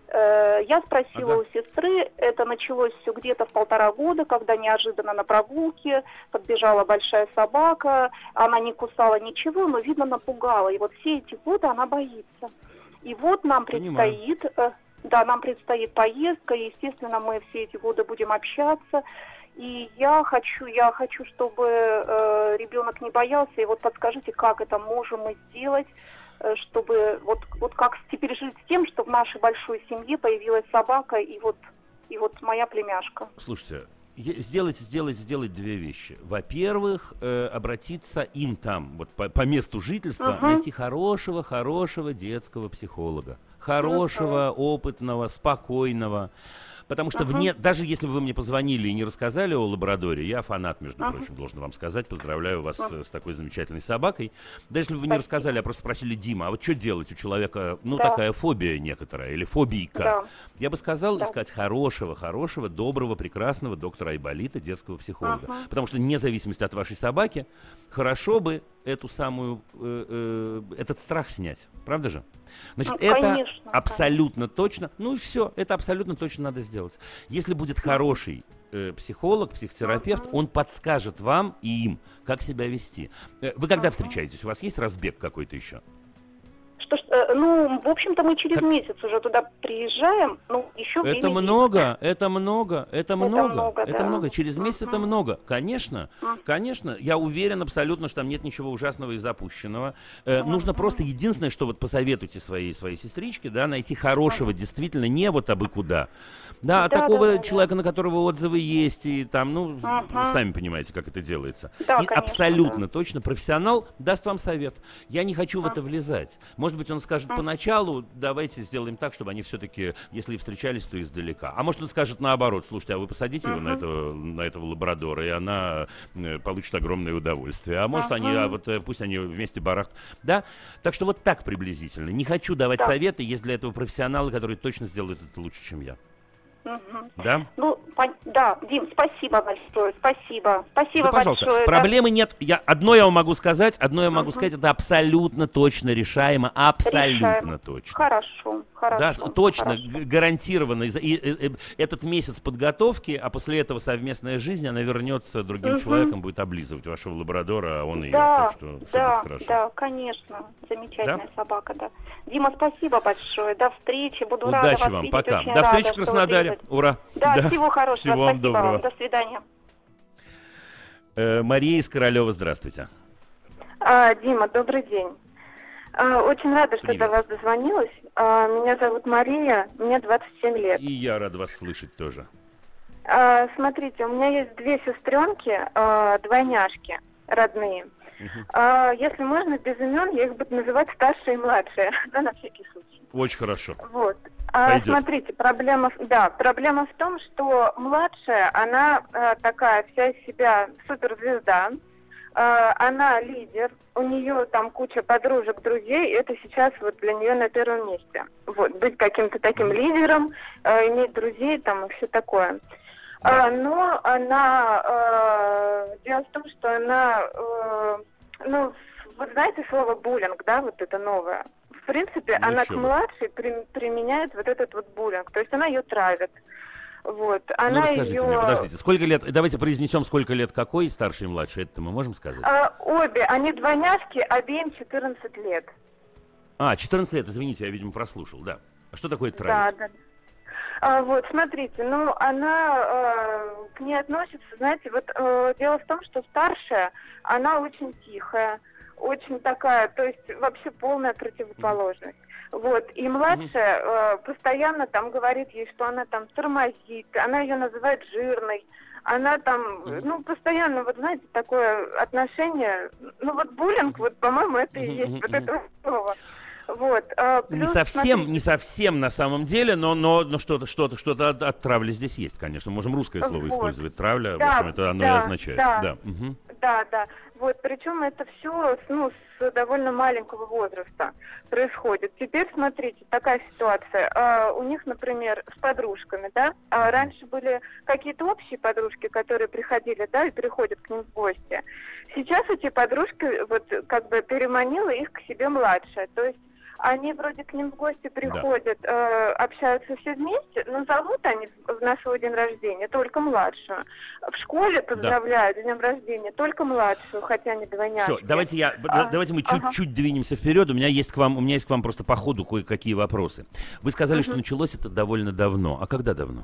Э, я спросила ага. у сестры, это началось все где-то в полтора года, когда неожиданно на прогулке подбежала большая собака, она не кусала ничего, но, видно, напугала. И вот все эти годы она боится. И вот нам предстоит, э, да, нам предстоит поездка, и, естественно, мы все эти годы будем общаться. И я хочу, я хочу, чтобы э, ребенок не боялся. И вот подскажите, как это можем мы сделать, э, чтобы вот, вот как теперь жить с тем, что в нашей большой семье появилась собака и вот, и вот моя племяшка. Слушайте, сделать, сделать, сделать две вещи. Во-первых, э, обратиться им там, вот по, по месту жительства, uh-huh. найти хорошего, хорошего детского психолога. Хорошего, uh-huh. опытного, спокойного. Потому что uh-huh. вне, даже если бы вы мне позвонили и не рассказали о лабрадоре, я фанат, между uh-huh. прочим, должен вам сказать, поздравляю вас uh-huh. с такой замечательной собакой. Даже если бы вы не рассказали, а просто спросили: Дима, а вот что делать у человека, ну, да. такая фобия некоторая, или фобийка? Да. Я бы сказал, да. искать хорошего, хорошего, доброго, прекрасного доктора Айболита, детского психолога. Uh-huh. Потому что вне зависимости от вашей собаки, хорошо бы эту самую, э, э, этот страх снять. Правда же? Значит, ну, это конечно, абсолютно конечно. точно, ну и все, это абсолютно точно надо сделать. Если будет хороший э, психолог, психотерапевт, uh-huh. он подскажет вам и им, как себя вести. Э, вы когда uh-huh. встречаетесь? У вас есть разбег какой-то еще? Что, э, ну, в общем-то, мы через так... месяц уже туда приезжаем, ну, еще Это много, это много, это много, это много, это да. много. Через месяц uh-huh. это много. Конечно, uh-huh. конечно, я уверен абсолютно, что там нет ничего ужасного и запущенного. Э, uh-huh. Нужно просто, единственное, что вот посоветуйте своей, своей сестричке, да, найти хорошего, uh-huh. действительно, не вот абы куда. Да, а да, такого да, да, человека, да. на которого отзывы есть, и там, ну, uh-huh. сами понимаете, как это делается. Да, и конечно, абсолютно да. точно профессионал даст вам совет. Я не хочу uh-huh. в это влезать. Может быть, он скажет поначалу: давайте сделаем так, чтобы они все-таки, если и встречались, то издалека. А может, он скажет наоборот: слушайте, а вы посадите uh-huh. его на этого, на этого лабрадора, и она э, получит огромное удовольствие. А может, uh-huh. они, а вот э, пусть они вместе барахтают. Да? Так что вот так приблизительно. Не хочу давать да. советы, есть для этого профессионалы, которые точно сделают это лучше, чем я. Угу. Да? Ну, по- да, Дим, спасибо большое, спасибо. Спасибо да, пожалуйста. большое. Проблемы да. нет. Я, одно я вам могу сказать, одно я могу uh-huh. сказать, это абсолютно точно решаемо, абсолютно решаемо. точно. Хорошо, хорошо. Да, точно, хорошо. г- гарантированно. И, и, и, этот месяц подготовки, а после этого совместная жизнь, она вернется другим uh-huh. человеком, будет облизывать вашего лабрадора, а он ее. Да, так что все да, будет хорошо. Да, конечно. Замечательная да? собака, да. Дима, спасибо большое. До встречи. Буду Удачи рада вас вам, видеть. пока. Очень До встречи рада, в Краснодаре. Ура. Да, да, всего хорошего. Всего вам Спасибо доброго. Вам. До свидания. Э, Мария из Королева, здравствуйте. А, Дима, добрый день. А, очень рада, что Привет. до вас дозвонилась. А, меня зовут Мария, мне двадцать семь лет. И я рад вас слышать тоже. А, смотрите, у меня есть две сестренки, а, двойняшки родные. Uh-huh. А, если можно, без имен, я их буду называть старшая и младшая, да, на всякий случай. Очень хорошо. Вот. А, смотрите, проблема, да, проблема в том, что младшая, она а, такая вся из себя суперзвезда, а, она лидер, у нее там куча подружек, друзей, это сейчас вот для нее на первом месте. Вот, быть каким-то таким лидером, а, иметь друзей там и все такое. А, но она, а, дело в том, что она, а, ну, вы знаете слово буллинг, да, вот это новое? В принципе, ну, она к младшей при, применяет вот этот вот буллинг, то есть она ее травит. Вот, она ну, расскажите ее... мне, подождите, сколько лет, давайте произнесем, сколько лет какой, старший и младший, это мы можем сказать? А, обе, они двойняшки, обеим четырнадцать лет. А, четырнадцать лет, извините, я, видимо, прослушал, да. А что такое травить? Да, да. А, вот, смотрите, ну, она э, к ней относится, знаете, вот э, дело в том, что старшая, она очень тихая, очень такая, то есть вообще полная противоположность. Вот, и младшая э, постоянно там говорит ей, что она там тормозит, она ее называет жирной, она там, ну, постоянно, вот, знаете, такое отношение, ну, вот буллинг, вот, по-моему, это и есть вот это слово. Вот, а, плюс, не совсем, смотрите, не совсем на самом деле, но, но, но что-то, что-то, что-то от, от травли здесь есть, конечно. Можем русское слово вот. использовать. Травля, Да, в общем, это оно да, и означает. да. Да, угу. Да, да. Вот, причем это все, ну, с довольно маленького возраста происходит. Теперь, смотрите, такая ситуация. А, у них, например, с подружками, да, а раньше были какие-то общие подружки, которые приходили, да, и приходят к ним в гости. Сейчас эти подружки, вот, как бы переманила их к себе младшая. То есть они вроде к ним в гости приходят, да. э, общаются все вместе, но зовут они на свой день рождения только младшую. В школе поздравляют да. с днем рождения только младшую, хотя они двойняшки. Все, давайте, я, а, давайте мы ага. чуть-чуть двинемся вперед. У меня есть к вам, у меня есть к вам просто по ходу кое-какие вопросы. Вы сказали, угу. что началось это довольно давно. А когда давно?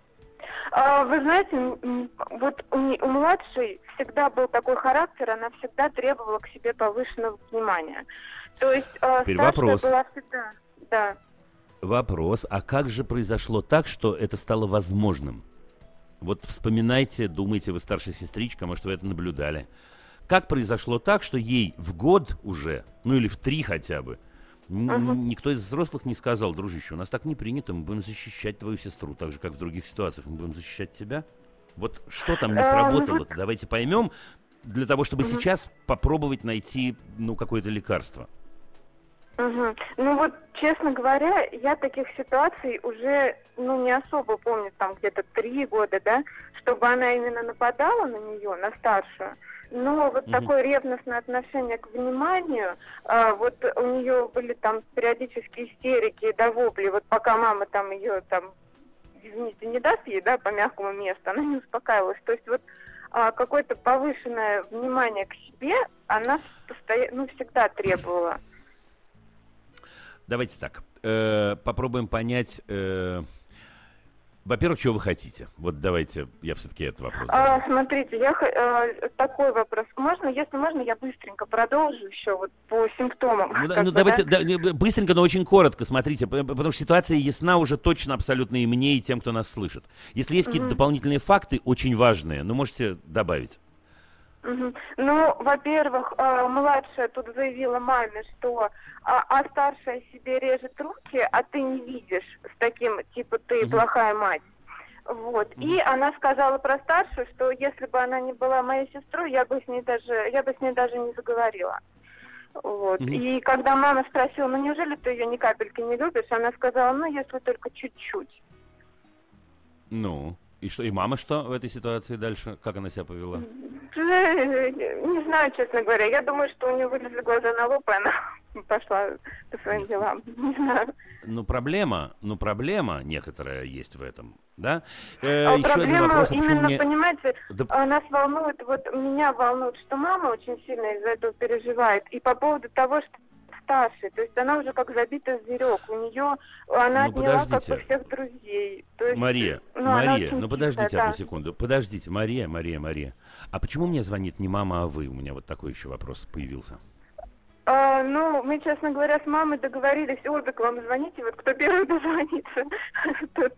А, вы знаете, вот у, у младшей всегда был такой характер, она всегда требовала к себе повышенного внимания. То есть Теперь вопрос. Была всегда, да. Вопрос, а как же произошло так, что это стало возможным? Вот вспоминайте, думайте, вы старшая сестричка, может, вы это наблюдали. Как произошло так, что ей в год уже, ну или в три хотя бы, uh-huh. никто из взрослых не сказал: дружище, у нас так не принято, мы будем защищать твою сестру, так же, как в других ситуациях, мы будем защищать тебя? Вот что там не сработало? Давайте поймем, для того, чтобы uh-huh. сейчас попробовать найти, ну, какое-то лекарство. Угу. Ну вот, честно говоря, я таких ситуаций уже, ну, не особо помню, там где-то три года, да, чтобы она именно нападала на нее, на старшую. Но вот угу. такое ревностное отношение к вниманию, а, вот у нее были там периодически истерики, до вопли, вот пока мама там ее там, извините, не даст ей, да, по мягкому месту, она не успокаивалась. То есть вот а, какое-то повышенное внимание к себе она постоянно, ну, всегда требовала. Давайте так, э, попробуем понять, э, во-первых, чего вы хотите. Вот давайте, я все-таки этот вопрос задам. А, смотрите, я э, такой вопрос. Можно, если можно, я быстренько продолжу еще вот по симптомам. Ну, ну бы, давайте, да? Да, быстренько, но очень коротко, смотрите, потому что ситуация ясна уже точно абсолютно и мне, и тем, кто нас слышит. Если есть mm-hmm. какие-то дополнительные факты, очень важные, ну, можете добавить. Угу. Ну, во-первых, э, младшая тут заявила маме, что а, а старшая себе режет руки, а ты не видишь, с таким, типа, ты угу. плохая мать. Вот. Угу. И она сказала про старшую, что если бы она не была моей сестрой, я бы с ней даже, я бы с ней даже не заговорила. Вот. Угу. И когда мама спросила, ну неужели ты ее ни капельки не любишь, она сказала, ну если только чуть-чуть. Ну, и что, и мама что в этой ситуации дальше? Как она себя повела? Не знаю, честно говоря. Я думаю, что у нее вылезли глаза на лоб, и она пошла по своим Нет. делам. Не знаю. Ну, проблема, ну, проблема некоторая есть в этом, да? Э, а еще проблема, один вопрос, именно, мне... понимаете, да... нас волнует, вот меня волнует, что мама очень сильно из-за этого переживает. И по поводу того, что старшей, то есть она уже как забитый зверек, у нее, она ну, отняла как бы всех друзей. То есть, Мария, ну, Мария, ну подождите тихая, одну да. секунду, подождите, Мария, Мария, Мария, а почему мне звонит не мама, а вы? У меня вот такой еще вопрос появился. А, ну, мы, честно говоря, с мамой договорились, обе к вам звоните, вот кто первый дозвонится, тот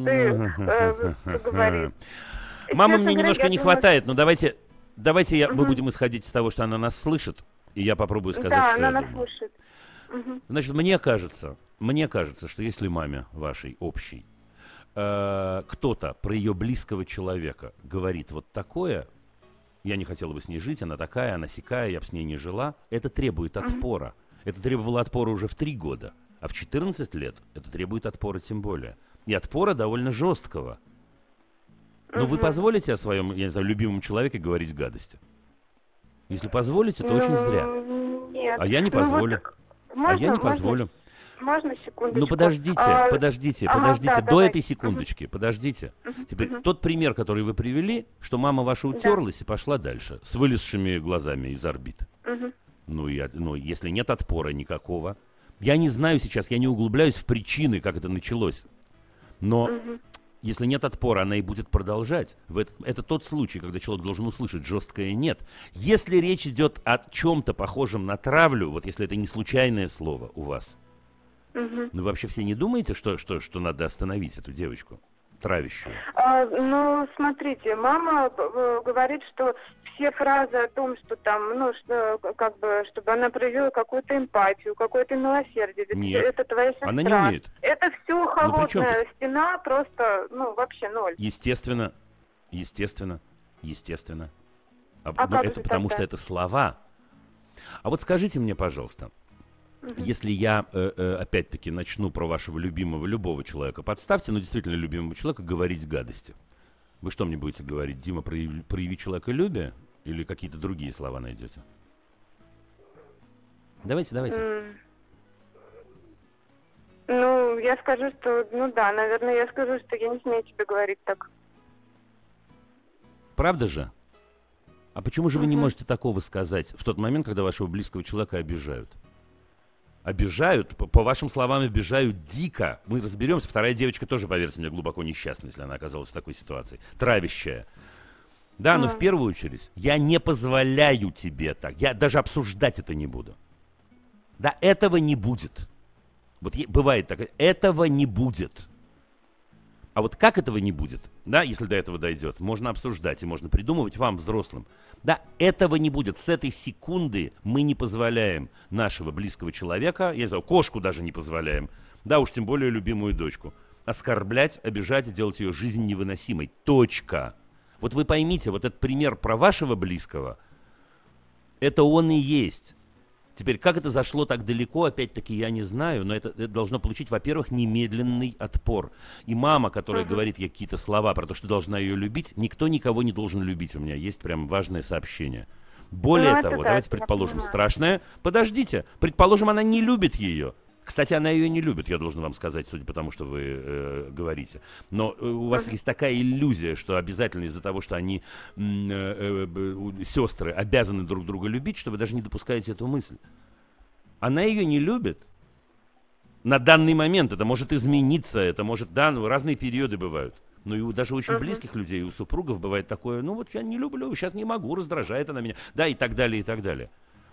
и поговорит. Мамы мне немножко не хватает, но давайте, давайте мы будем исходить из того, что она нас слышит. И я попробую сказать, да, что она я нас думаю. Слушает. Угу. Значит, мне кажется, мне кажется, что если маме вашей общей э, кто-то про ее близкого человека говорит вот такое, я не хотела бы с ней жить, она такая, она сякая, я бы с ней не жила, это требует отпора. Угу. Это требовало отпора уже в три года, а в четырнадцать лет это требует отпора тем более. И отпора довольно жесткого. Но угу. вы позволите о своем, я не знаю, любимом человеке говорить гадости? Если позволите, то ну, очень зря. Нет. А я не позволю. Ну, вот, можно, а я не позволю. Можно, можно секундочку? Ну подождите, а, подождите, ага, подождите. Да, До давайте. этой секундочки, uh-huh. подождите. Uh-huh. Теперь uh-huh. тот пример, который вы привели, что мама ваша утерлась да. и пошла дальше, с вылезшими глазами из орбит. Uh-huh. Ну, и, ну, если нет отпора никакого. Я не знаю сейчас, я не углубляюсь в причины, как это началось. Но Мгм. если нет отпора, она и будет продолжать. В это, это тот случай, когда человек должен услышать жесткое «нет». Если речь идет о чем-то похожем на травлю, вот если это не случайное слово у вас, Мгм. вы вообще все не думаете, что, что, что надо остановить эту девочку травящую? А, ну, смотрите, мама э, говорит, что все фразы о том, что там, ну, что, как бы, чтобы она проявила какую-то эмпатию, какое-то милосердие. Ведь Нет, это твоя сестра. она не умеет. Это все при холодная чем тут? стена, просто, ну, вообще ноль. Естественно, естественно, естественно. А, А но как это же потому тогда? что это слова. А вот скажите мне, пожалуйста, если я, э, э, опять-таки, начну про вашего любимого, любого человека, подставьте, ну, действительно, любимого человека, говорить гадости. Вы что мне будете говорить? Дима, прояви, прояви человеколюбие? Или какие-то другие слова найдете? Давайте, давайте. М. Ну, я скажу, что, ну да, наверное, я скажу, что я не смею тебе говорить так. Правда же? А почему же вы не Мгм. можете такого сказать в тот момент, когда вашего близкого человека обижают? Обижают, по, по вашим словам, обижают дико. Мы разберемся. Вторая девочка тоже, поверьте мне, глубоко несчастна, если она оказалась в такой ситуации. Травящая. Да, но Мгм. в первую очередь я не позволяю тебе так. Я даже обсуждать это не буду. Да, этого не будет. Вот е- бывает так. Этого не будет. А вот как этого не будет, да, если до этого дойдет, можно обсуждать и можно придумывать вам, взрослым. Да, этого не будет. С этой секунды мы не позволяем нашего близкого человека, я не знаю, кошку даже не позволяем, да уж тем более любимую дочку, оскорблять, обижать и делать ее жизнь невыносимой. Точка. Вот вы поймите, вот этот пример про вашего близкого, это он и есть. Теперь, как это зашло так далеко, опять-таки, я не знаю, но это, это должно получить, во-первых, немедленный отпор. И мама, которая Мгм. говорит ей какие-то слова про то, что должна ее любить, никто никого не должен любить. У меня есть прям важное сообщение. Более Ну, это того, да, давайте я предположим, понимаю. страшное. Подождите, предположим, она не любит ее. Кстати, она ее не любит, я должен вам сказать, судя по тому, что вы э, говорите. Но э, у вас Мгм. есть такая иллюзия, что обязательно из-за того, что они, м, э, э, сестры, обязаны друг друга любить, что вы даже не допускаете эту мысль. Она ее не любит. На данный момент это может измениться, это может, да, ну, разные периоды бывают. Ну и у даже очень Мгм. близких людей, у супругов бывает такое, ну вот я не люблю, сейчас не могу, раздражает она меня, да, и так далее, и так далее.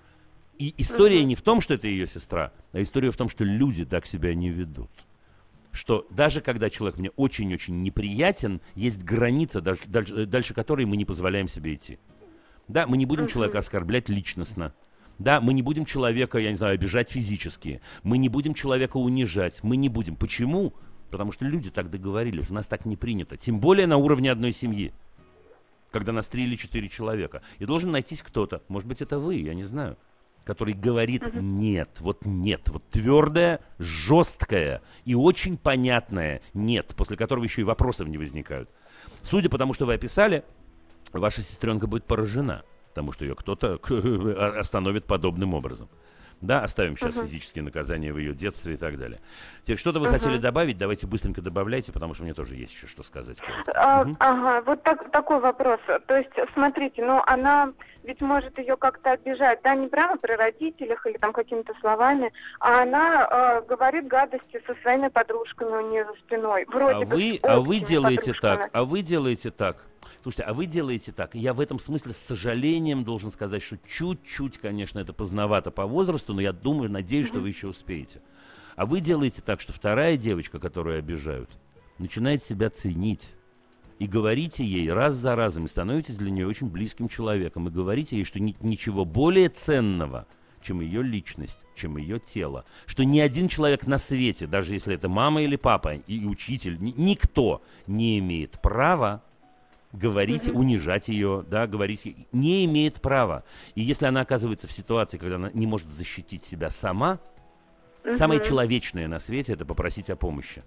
И история Мгм. не в том, что это ее сестра, а история в том, что люди так себя не ведут. Что даже когда человек мне очень-очень неприятен, есть граница, дальше, дальше, дальше которой мы не позволяем себе идти. Да, мы не будем Мгм. человека оскорблять личностно. Да, мы не будем человека, я не знаю, обижать физически. Мы не будем человека унижать. Мы не будем. Почему? Потому что люди так договорились. У нас так не принято. Тем более на уровне одной семьи. Когда нас три или четыре человека. И должен найтись кто-то. Может быть, это вы, я не знаю. Который говорит нет, вот нет. Вот твердое, жесткое и очень понятное нет. После которого еще и вопросов не возникают. Судя по тому, что вы описали, ваша сестренка будет поражена. Потому что ее кто-то остановит подобным образом. Да, оставим сейчас Мгм. физические наказания в ее детстве и так далее. Теперь, что-то вы Мгм. хотели добавить? Давайте быстренько добавляйте, потому что мне тоже есть еще что сказать. А, Мгм. Ага, вот так, такой вопрос. То есть, смотрите, ну она ведь может ее как-то обижать, да, не прямо при родителях или там какими-то словами, а она э, говорит гадости со своими подружками у нее за спиной. Вроде А бы вы, с а вы общими делаете подружками. так, а вы делаете так. Слушайте, а вы делаете так. Я в этом смысле с сожалением должен сказать, что чуть-чуть, конечно, это поздновато по возрасту, но я думаю, надеюсь, что вы еще успеете. А вы делаете так, что вторая девочка, которую обижают, начинает себя ценить. И говорите ей раз за разом, и становитесь для нее очень близким человеком, и говорите ей, что ни- ничего более ценного, чем ее личность, чем ее тело. Что ни один человек на свете, даже если это мама или папа, и учитель, ни- никто не имеет права говорить, Мгм. унижать ее, да, говорить, ей- не имеет права. И если она оказывается в ситуации, когда она не может защитить себя сама, самое Мгм. человечное на свете — это попросить о помощи.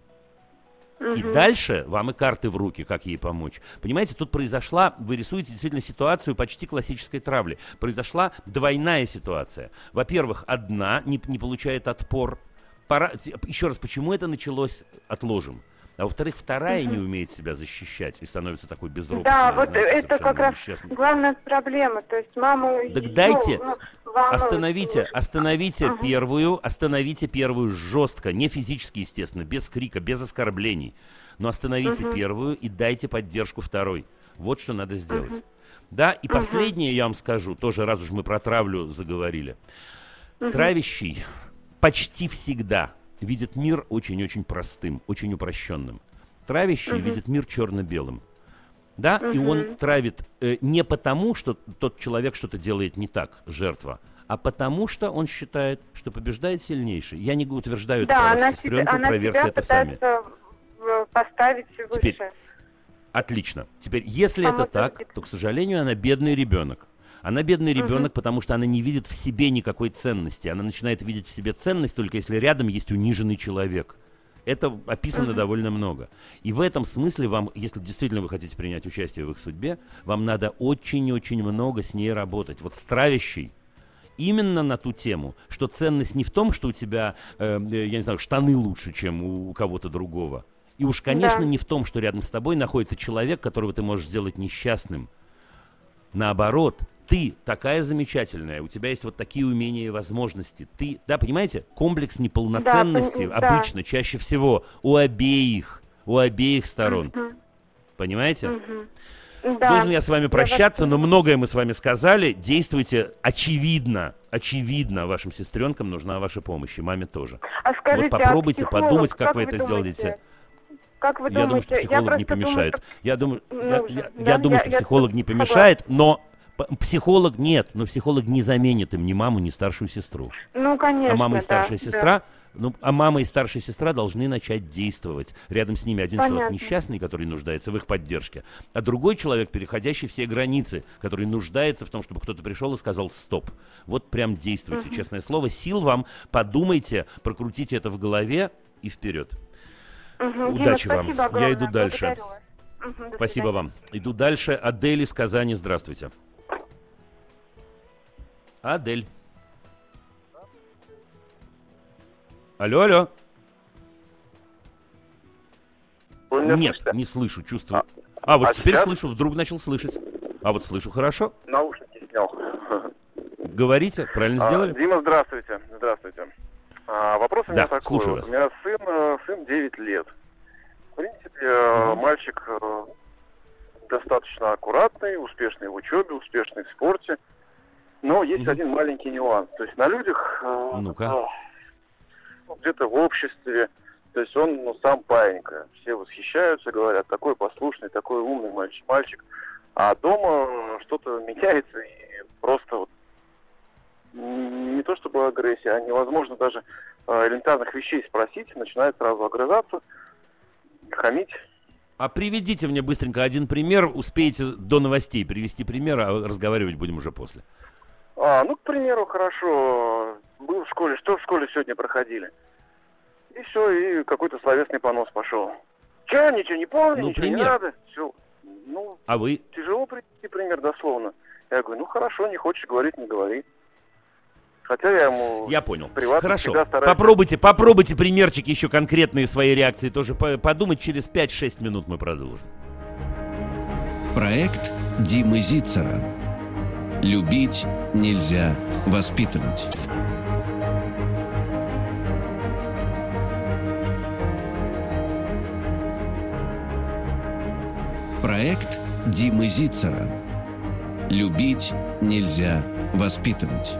И Мгм. дальше вам и карты в руки, как ей помочь. Понимаете, тут произошла, вы рисуете действительно ситуацию почти классической травли. Произошла двойная ситуация. Во-первых, одна не, не получает отпор. Пора, еще раз, почему это началось, отложим. А во-вторых, вторая Мгм. не умеет себя защищать и становится такой безропотной. Да, вот знаете, это совершенно как раз несчастной. главная проблема. То есть маму... Так её, дайте, ну, волнует. Остановите, остановите Ага. первую, остановите первую жестко, не физически, естественно, без крика, без оскорблений. но остановите угу. первую и дайте поддержку второй. Вот что надо сделать. Угу. Да, и угу. последнее я вам скажу, тоже раз уж мы про травлю заговорили. Угу. Травящий почти всегда видит мир очень-очень простым, очень упрощенным. Травящий угу. видит мир черно-белым. Да, угу. и он травит э, не потому, что тот человек что-то делает не так, жертва, а потому что он считает, что побеждает сильнейший. Я не утверждаю да, это про вашу сестренку, проверьте это сами. Поставить выше. Теперь, отлично. Теперь, если Само это так, будет. то, к сожалению, она бедный ребенок. Она бедный ребенок, угу. потому что она не видит в себе никакой ценности. Она начинает видеть в себе ценность только если рядом есть униженный человек. Это описано uh-huh. довольно много. И в этом смысле вам, если действительно вы хотите принять участие в их судьбе, вам надо очень-очень много с ней работать. Вот с травящей именно на ту тему, что ценность не в том, что у тебя, э, я не знаю, штаны лучше, чем у кого-то другого. И уж, конечно, да. не в том, что рядом с тобой находится человек, которого ты можешь сделать несчастным. Наоборот, ты такая замечательная, у тебя есть вот такие умения и возможности. Ты, да, понимаете, комплекс неполноценности да, обычно, да. чаще всего у обеих, у обеих сторон. Угу. Понимаете? Угу. Да. Должен я с вами прощаться, но многое мы с вами сказали. Действуйте очевидно, очевидно, вашим сестренкам нужна ваша помощь, и маме тоже. А скажите, вот попробуйте а психолог, подумать, как, как вы это думаете? сделаете. Как вы я думаете? думаю, что психолог я не помешает. Думаю, что... Я думаю, ну, я, я, да, я думаю я, что я психолог я не помешает, но психолог нет, но психолог не заменит им ни маму, ни старшую сестру. Ну, конечно, А мама и старшая да, сестра, да. ну, а мама и старшая сестра должны начать действовать. Рядом с ними один Понятно. человек несчастный, который нуждается в их поддержке, а другой человек, переходящий все границы, который нуждается в том, чтобы кто-то пришел и сказал «стоп». Вот прям действуйте, угу. честное слово. Сил вам, подумайте, прокрутите это в голове и вперед. Угу. Удачи Дима, вам. Огромное. Я иду дальше. Угу, спасибо вам. Иду дальше. Адель из Казани. Здравствуйте. Адель. Алло, алло. Нет, слышите? Не слышу, чувствую. А, а вот а теперь сейчас? Слышу, вдруг начал слышать. А вот слышу хорошо. Наушники снял. Говорите, правильно а, сделали? Дима, здравствуйте. Здравствуйте. А, вопрос у меня да, такой. Слушаю вас. У меня сын, сын девять лет. В принципе, mm-hmm. мальчик достаточно аккуратный, успешный в учебе, успешный в спорте. Но есть mm-hmm. один маленький нюанс. То есть на людях, ну-ка. ну, где-то в обществе, то есть он ну, сам паинька. Все восхищаются, говорят, такой послушный, такой умный мальчик, мальчик. А дома что-то меняется и просто вот не то чтобы агрессия, а невозможно даже элементарных вещей спросить, начинает сразу огрызаться, хамить. А приведите мне быстренько один пример, успеете до новостей привести пример, а разговаривать будем уже после. А, ну, к примеру, хорошо, был в школе, что в школе сегодня проходили? И все, и какой-то словесный понос пошел. Че, ничего не помню, ну, ничего пример. не надо. Все. Ну, а вы? Тяжело привести пример дословно. Я говорю, ну хорошо, не хочешь говорить, не говори. Хотя я ему... Я понял. Хорошо. Попробуйте, попробуйте примерчики еще конкретные свои реакции тоже подумать. Через пять-шесть минут мы продолжим. Проект Димы Зицера. Любить нельзя воспитывать. Проект Димы Зицера. Любить нельзя воспитывать.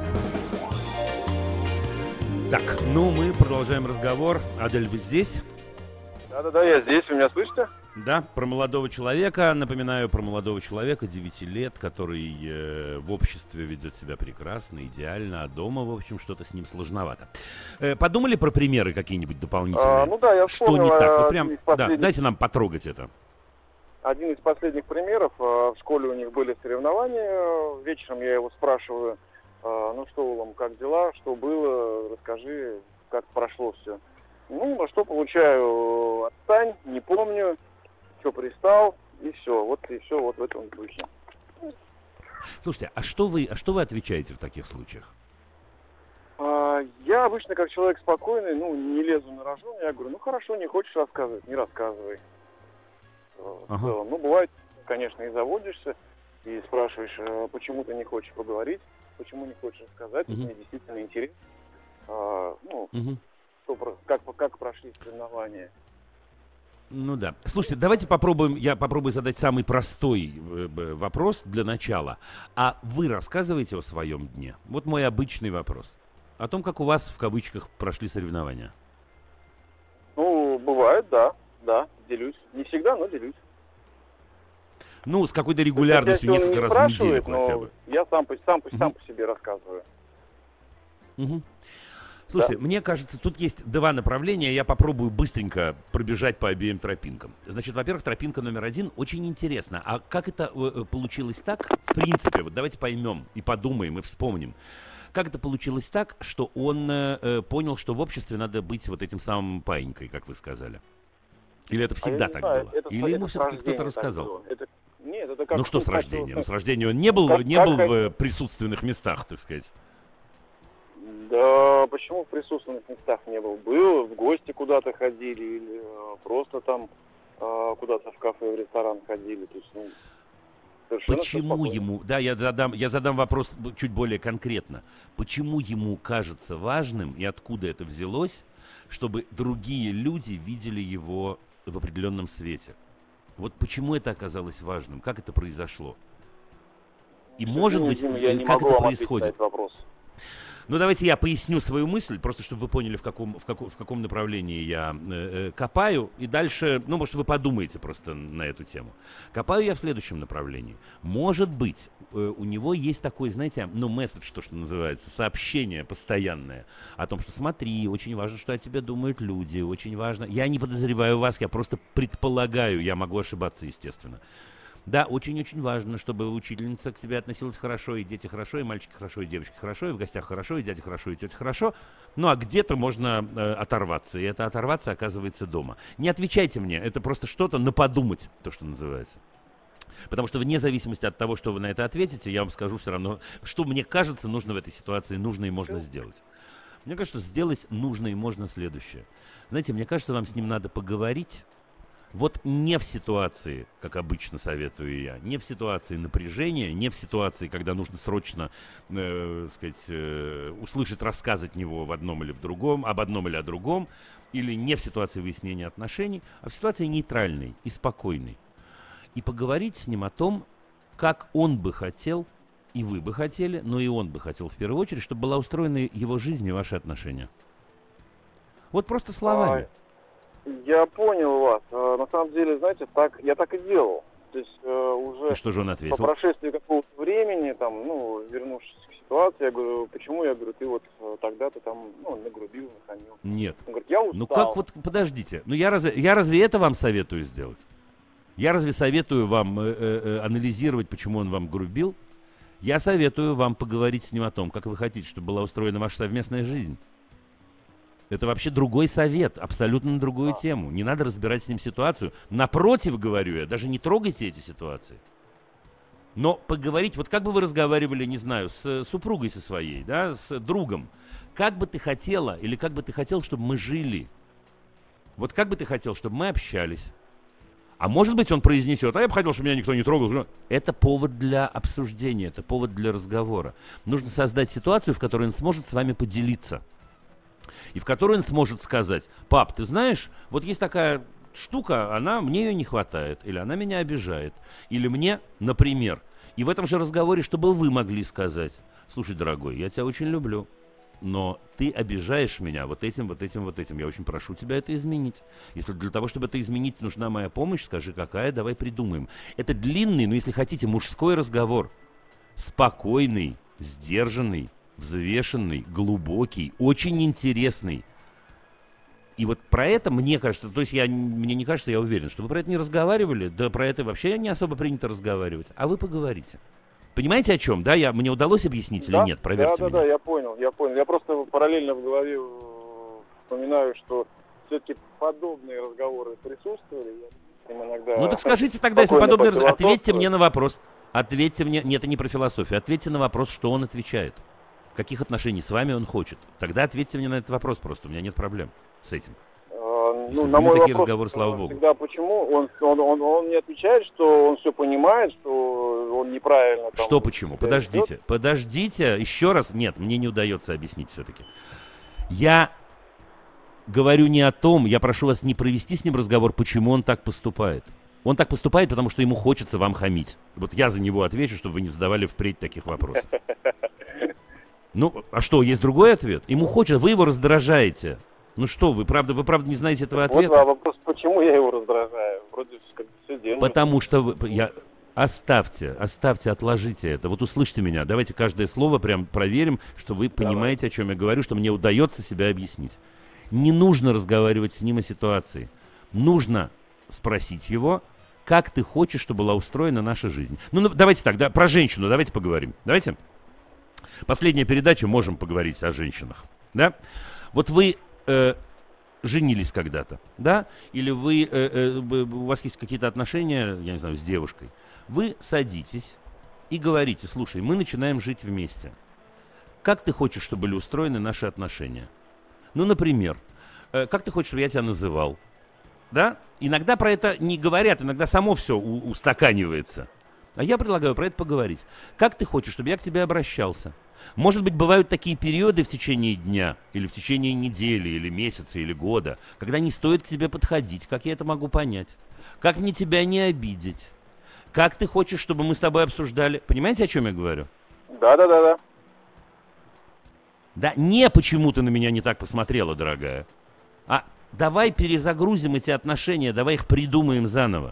Так, ну мы продолжаем разговор. Адель, вы здесь? Да-да-да, я здесь. Вы меня слышите? Да, про молодого человека. Напоминаю, про молодого человека девяти лет, который э, в обществе ведет себя прекрасно, идеально, а дома, в общем, что-то с ним сложновато. Э, подумали про примеры какие-нибудь дополнительные? А, ну да, я Что вспомнил, не так? Вот прям, последних... да, дайте нам потрогать это. Один из последних примеров. В школе у них были соревнования. Вечером я его спрашиваю, ну что, Улам, как дела, что было, расскажи, как прошло все. Ну, на что получаю, отстань, не помню, что пристал, и все. Вот и все вот в этом духе. Слушайте, а что вы, а что вы отвечаете в таких случаях? А, я обычно, как человек спокойный, ну, не лезу на рожон, я говорю, ну хорошо, не хочешь рассказывать, не рассказывай. Ага. Ну, бывает, конечно, и заводишься, и спрашиваешь, почему ты не хочешь поговорить, почему не хочешь рассказать, угу. Мне действительно интересно, а, ну, угу. что, как, как прошли соревнования. Ну да. Слушайте, давайте попробуем, я попробую задать самый простой э, вопрос для начала. А вы рассказываете о своем дне? Вот мой обычный вопрос. О том, как у вас, в кавычках, прошли соревнования. Ну, бывает, да, да, делюсь. Не всегда, но делюсь. Ну, с какой-то регулярностью, есть, несколько не раз в неделю хотя бы. Я сам, сам, Угу. сам по себе рассказываю. Угу. Слушайте, да. Мне кажется, тут есть два направления, я попробую быстренько пробежать по обеим тропинкам. Значит, во-первых, тропинка номер один очень интересна. А как это э, получилось так, в принципе, вот давайте поймем и подумаем, и вспомним. Как это получилось так, что он э, понял, что в обществе надо быть вот этим самым паинькой, как вы сказали? Или это всегда а так знаю, было? Это, Или это ему все-таки кто-то рассказал? Это, нет, это как ну что с рождения? Ну, с рождения он не был, как, не как, был как... в присутственных местах, так сказать. Да, почему в присутственных местах не был? Был, в гости куда-то ходили, или э, просто там э, куда-то в кафе, в ресторан ходили. То есть, ну, почему ему, да, я задам, я задам вопрос чуть более конкретно. Почему ему кажется важным и откуда это взялось, чтобы другие люди видели его в определенном свете? Вот почему это оказалось важным? Как это произошло? И может быть, как это происходит? Ну, давайте я поясню свою мысль, просто чтобы вы поняли, в каком, в каком, в каком направлении я э, копаю. И дальше, ну, может, вы подумаете просто на эту тему. Копаю я в следующем направлении. Может быть, э, у него есть такой, знаете, ну, месседж, то, что называется, сообщение постоянное о том, что смотри, очень важно, что о тебе думают люди, очень важно. Я не подозреваю вас, я просто предполагаю, я могу ошибаться, естественно. Да, очень-очень важно, чтобы учительница к тебе относилась хорошо, и дети хорошо, и мальчики хорошо, и девочки хорошо, и в гостях хорошо, и дядя хорошо, и тетя хорошо. Ну, а где-то можно э, оторваться, и это оторваться оказывается дома. Не отвечайте мне, это просто что-то на подумать, то, что называется. Потому что вне зависимости от того, что вы на это ответите, я вам скажу все равно, что мне кажется, нужно в этой ситуации, нужно и можно сделать. Мне кажется, сделать нужно и можно следующее. Знаете, мне кажется, вам с ним надо поговорить. Вот не в ситуации, как обычно советую я, не в ситуации напряжения, не в ситуации, когда нужно срочно, э, сказать, э, услышать рассказ от него в одном или в другом, об одном или о другом, или не в ситуации выяснения отношений, а в ситуации нейтральной и спокойной. И поговорить с ним о том, как он бы хотел, и вы бы хотели, но и он бы хотел в первую очередь, чтобы была устроена его жизнь и ваши отношения. Вот просто словами. Я понял вас. На самом деле, знаете, так я так и делал. То есть э, уже и что же он ответил? По прошествии какого-то времени, там, ну, вернувшись к ситуации, я говорю, почему? Я говорю, ты вот тогда-то там, ну, нагрубил, нахамил. Нет. Он говорит, я устал. Ну как вот, подождите, ну я разве, я разве это вам советую сделать? Я разве советую вам э, э, анализировать, почему он вам грубил? Я советую вам поговорить с ним о том, как вы хотите, чтобы была устроена ваша совместная жизнь. Это вообще другой совет, абсолютно на другую а. тему. Не надо разбирать с ним ситуацию. Напротив, говорю я, даже не трогайте эти ситуации. Но поговорить, вот как бы вы разговаривали, не знаю, с супругой со своей, да, с другом. Как бы ты хотела, или как бы ты хотел, чтобы мы жили? Вот как бы ты хотел, чтобы мы общались? А может быть, он произнесет, а я бы хотел, чтобы меня никто не трогал. Это повод для обсуждения, это повод для разговора. Нужно создать ситуацию, в которой он сможет с вами поделиться. И в которой он сможет сказать, пап, ты знаешь, вот есть такая штука, она, мне ее не хватает, или она меня обижает, или мне, например. И в этом же разговоре, чтобы вы могли сказать, слушай, дорогой, я тебя очень люблю, но ты обижаешь меня вот этим, вот этим, вот этим. Я очень прошу тебя это изменить. Если для того, чтобы это изменить, нужна моя помощь, скажи, какая, давай придумаем. Это длинный, но если хотите, мужской разговор. Спокойный, сдержанный, взвешенный, глубокий, очень интересный. И вот про это, мне кажется, то есть я, мне не кажется, я уверен, что вы про это не разговаривали, да про это вообще не особо принято разговаривать, а вы поговорите. Понимаете, о чем, да? Я, мне удалось объяснить да, или нет? Проверьте да, меня. Да, да, я понял, я понял. Я просто параллельно в голове вспоминаю, что все-таки подобные разговоры присутствовали. Я иногда ну так скажите тогда, если подобные разговоры, ответьте мне на вопрос. Ответьте мне, нет, это не про философию, ответьте на вопрос, что он отвечает. Каких отношений с вами он хочет. Тогда ответьте мне на этот вопрос просто, у меня нет проблем с этим. А, Если ну, на мой такие вопрос, разговоры, слава богу. Всегда почему? Он, он, он, он не отвечает, что он все понимает, что он неправильно... Там, что почему? Подождите, идет. подождите, еще раз. Нет, мне не удается объяснить все-таки. Я говорю не о том, я прошу вас не провести с ним разговор, почему он так поступает. Он так поступает, потому что ему хочется вам хамить. Вот я за него отвечу, чтобы вы не задавали впредь таких вопросов. Ну, а что, есть другой ответ? Ему хочется, вы его раздражаете. Ну что, вы правда, вы правда не знаете этого ответа? Вот вопрос, почему я его раздражаю? Вроде как все делаю. Потому что вы, я... Оставьте, оставьте, отложите это. Вот услышьте меня. Давайте каждое слово прям проверим, что вы понимаете, Давай. О чем я говорю, что мне удается себя объяснить. Не нужно разговаривать с ним о ситуации. Нужно спросить его, как ты хочешь, чтобы была устроена наша жизнь. Ну, ну давайте так, да, про женщину давайте поговорим. Давайте. Последняя передача, можем поговорить о женщинах. Да? Вот вы... Э, женились когда-то, да? Или вы, э, э, у вас есть какие-то отношения, я не знаю, с девушкой. Вы садитесь и говорите: слушай, мы начинаем жить вместе. Как ты хочешь, чтобы были устроены наши отношения? Ну, например, э, как ты хочешь, чтобы я тебя называл? Да? Иногда про это не говорят, иногда само все у- устаканивается. А я предлагаю про это поговорить. Как ты хочешь, чтобы я к тебе обращался? Может быть, бывают такие периоды в течение дня, или в течение недели, или месяца, или года, когда не стоит к тебе подходить. Как я это могу понять? Как мне тебя не обидеть? Как ты хочешь, чтобы мы с тобой обсуждали? Понимаете, о чем я говорю? Да-да-да-да. Да, не почему ты на меня не так посмотрела, дорогая, а давай перезагрузим эти отношения, давай их придумаем заново.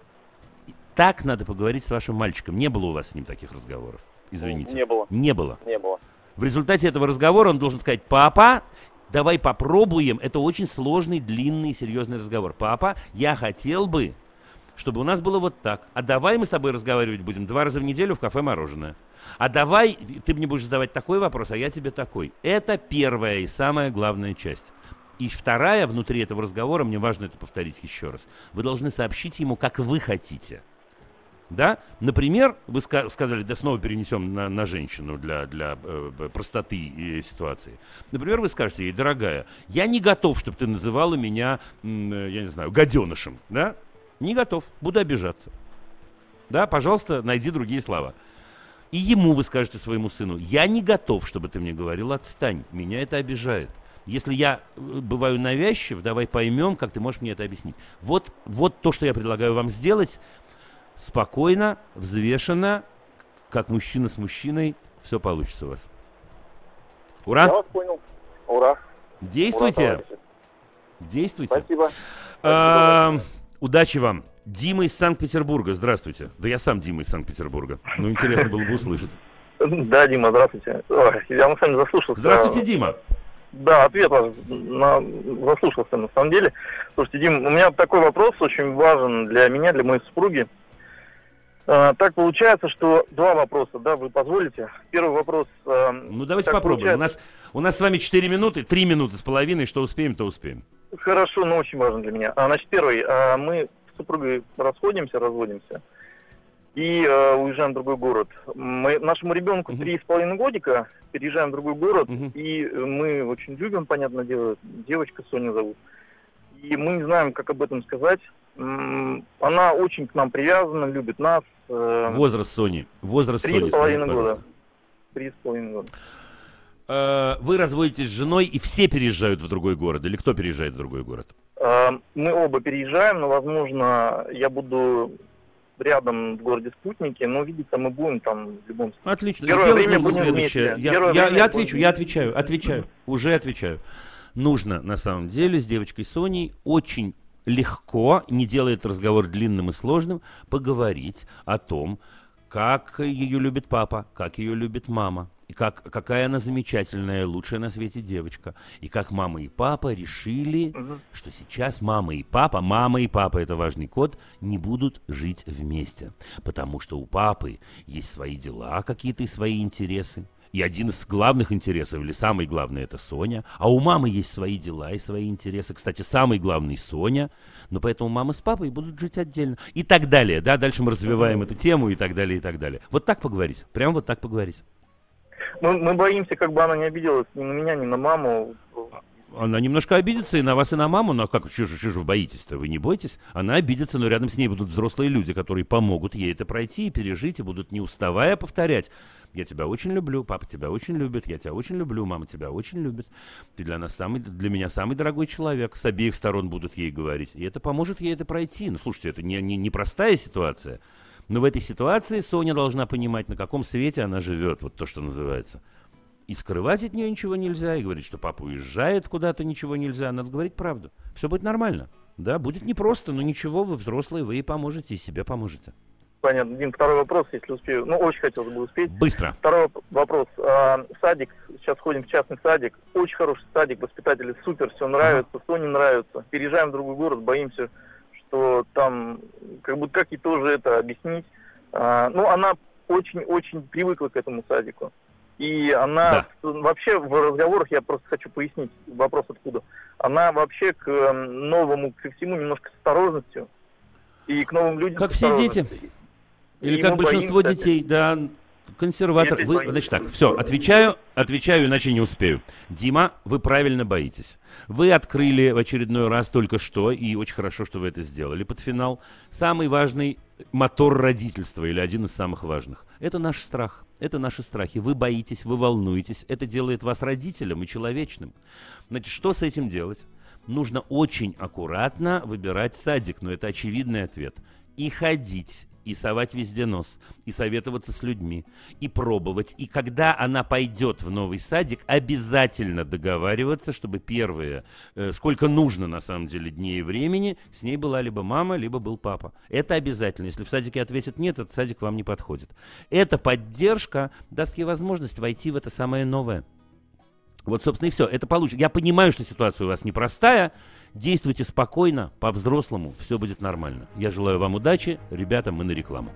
Так надо поговорить с вашим мальчиком. Не было у вас с ним таких разговоров? Извините. Не было. Не было. Не было. В результате этого разговора он должен сказать: папа, давай попробуем. Это очень сложный, длинный, серьезный разговор. Папа, я хотел бы, чтобы у нас было вот так. А давай мы с тобой разговаривать будем два раза в неделю в кафе «Мороженое». А давай ты мне будешь задавать такой вопрос, а я тебе такой. Это первая и самая главная часть. И вторая, внутри этого разговора, мне важно это повторить еще раз, вы должны сообщить ему, как вы хотите. Да? Например, вы ска- сказали, да снова перенесем на, на женщину для, для э, простоты и ситуации. Например, вы скажете ей: дорогая, я не готов, чтобы ты называла меня, м, я не знаю, гаденышем. Да? Не готов, буду обижаться. Да, пожалуйста, найди другие слова. И ему вы скажете, своему сыну: я не готов, чтобы ты мне говорил отстань, меня это обижает. Если я бываю навязчив, давай поймем, как ты можешь мне это объяснить. Вот, вот то, что я предлагаю вам сделать. Спокойно, взвешенно, как мужчина с мужчиной, все получится у вас. Ура! Я вас понял. Ура! Действуйте! Ура, Действуйте! Спасибо. А, удачи вам! Дима из Санкт-Петербурга, здравствуйте. Да я сам Дима из Санкт-Петербурга. Ну, интересно было бы услышать. Да, Дима, здравствуйте. Ой, я на самом деле заслушался. Здравствуйте, Дима. Да, ответ ваш на... заслушался на самом деле. Слушайте, Дим, у меня такой вопрос очень важен для меня, для моей супруги. А, так получается, что два вопроса, да, вы позволите? Первый вопрос... А, ну, давайте попробуем. Получается... У нас, у нас с вами четыре минуты, три минуты с половиной, что успеем, то успеем. Хорошо, но очень важно для меня. А, значит, первый, а, мы с супругой расходимся, разводимся и а, уезжаем в другой город. Мы, нашему ребенку три с половиной годика, переезжаем в другой город, uh-huh. и мы очень любим, понятное дело, девочка Соня зовут. И мы не знаем, как об этом сказать. Она очень к нам привязана, любит нас. Возраст Сони. Возраст Сони. Три с половиной года. Три с половиной года. Вы разводитесь с женой, и все переезжают в другой город? Или кто переезжает в другой город? Мы оба переезжаем, но, возможно, я буду рядом в городе Спутники, но видеться мы будем там в любом случае. Отлично. Первое время будем следующее. Я, я, я отвечу, я отвечаю, отвечаю, уже отвечаю. Нужно, на самом деле, с девочкой Соней очень легко, не делает разговор длинным и сложным, поговорить о том, как ее любит папа, как ее любит мама, и как, какая она замечательная, лучшая на свете девочка, и как мама и папа решили, угу. что сейчас мама и папа, мама и папа, это важный код, не будут жить вместе, потому что у папы есть свои дела, какие-то и свои интересы. И один из главных интересов, или самый главный, это Соня. А у мамы есть свои дела и свои интересы. Кстати, самый главный Соня. Но поэтому мама с папой будут жить отдельно. И так далее. Да, дальше мы развиваем эту тему и так далее, и так далее. Вот так поговорить. Прям вот так поговорить. Мы, мы боимся, как бы она не обиделась ни на меня, ни на маму. она немножко обидится и на вас, и на маму. Ну, а как, что же, что же вы боитесь-то? Вы не бойтесь? Она обидится, но рядом с ней будут взрослые люди, которые помогут ей это пройти и пережить, и будут не уставая повторять. Я тебя очень люблю, папа тебя очень любит, я тебя очень люблю, мама тебя очень любит. Ты для нас самый, для меня самый дорогой человек. С обеих сторон будут ей говорить. И это поможет ей это пройти. Ну, слушайте, это не, не, не простая ситуация. Но в этой ситуации Соня должна понимать, на каком свете она живет, вот то, что называется. И скрывать от нее ничего нельзя, и говорить, что папа уезжает куда-то, ничего нельзя. Надо говорить правду. Все будет нормально. Да, будет непросто, но ничего, вы взрослые, вы и поможете, и себе поможете. Понятно. Дим, второй вопрос, если успею. Ну, очень хотелось бы успеть. Быстро. Второй вопрос. А, садик, сейчас ходим в частный садик. Очень хороший садик, воспитатели супер, все нравится, ага. Соне нравится. Переезжаем в другой город, боимся, что там, как будто как ей тоже это объяснить. А, ну, она очень-очень привыкла к этому садику. И она да. вообще в разговорах, я просто хочу пояснить вопрос откуда, она вообще к новому, ко всему немножко с осторожностью. И к новым людям. Как все дети. Или и как большинство боимся, детей, да, консерватор. Вы, значит так, все, отвечаю, отвечаю, иначе не успею. Дима, вы правильно боитесь. Вы открыли в очередной раз только что, и очень хорошо, что вы это сделали под финал, самый важный мотор родительства, или один из самых важных. Это наш страх, это наши страхи. Вы боитесь, вы волнуетесь, это делает вас родителем и человечным. Значит, что с этим делать? Нужно очень аккуратно выбирать садик, но это очевидный ответ. И ходить. И совать везде нос, и советоваться с людьми, и пробовать. И когда она пойдет в новый садик, обязательно договариваться, чтобы первые, э, сколько нужно на самом деле дней и времени, с ней была либо мама, либо был папа. Это обязательно. Если в садике ответят нет, этот садик вам не подходит. Эта поддержка даст ей возможность войти в это самое новое. Вот, собственно, и все. Это получится. Я понимаю, что ситуация у вас непростая. Действуйте спокойно, по-взрослому. Все будет нормально. Я желаю вам удачи. Ребята, мы на рекламу.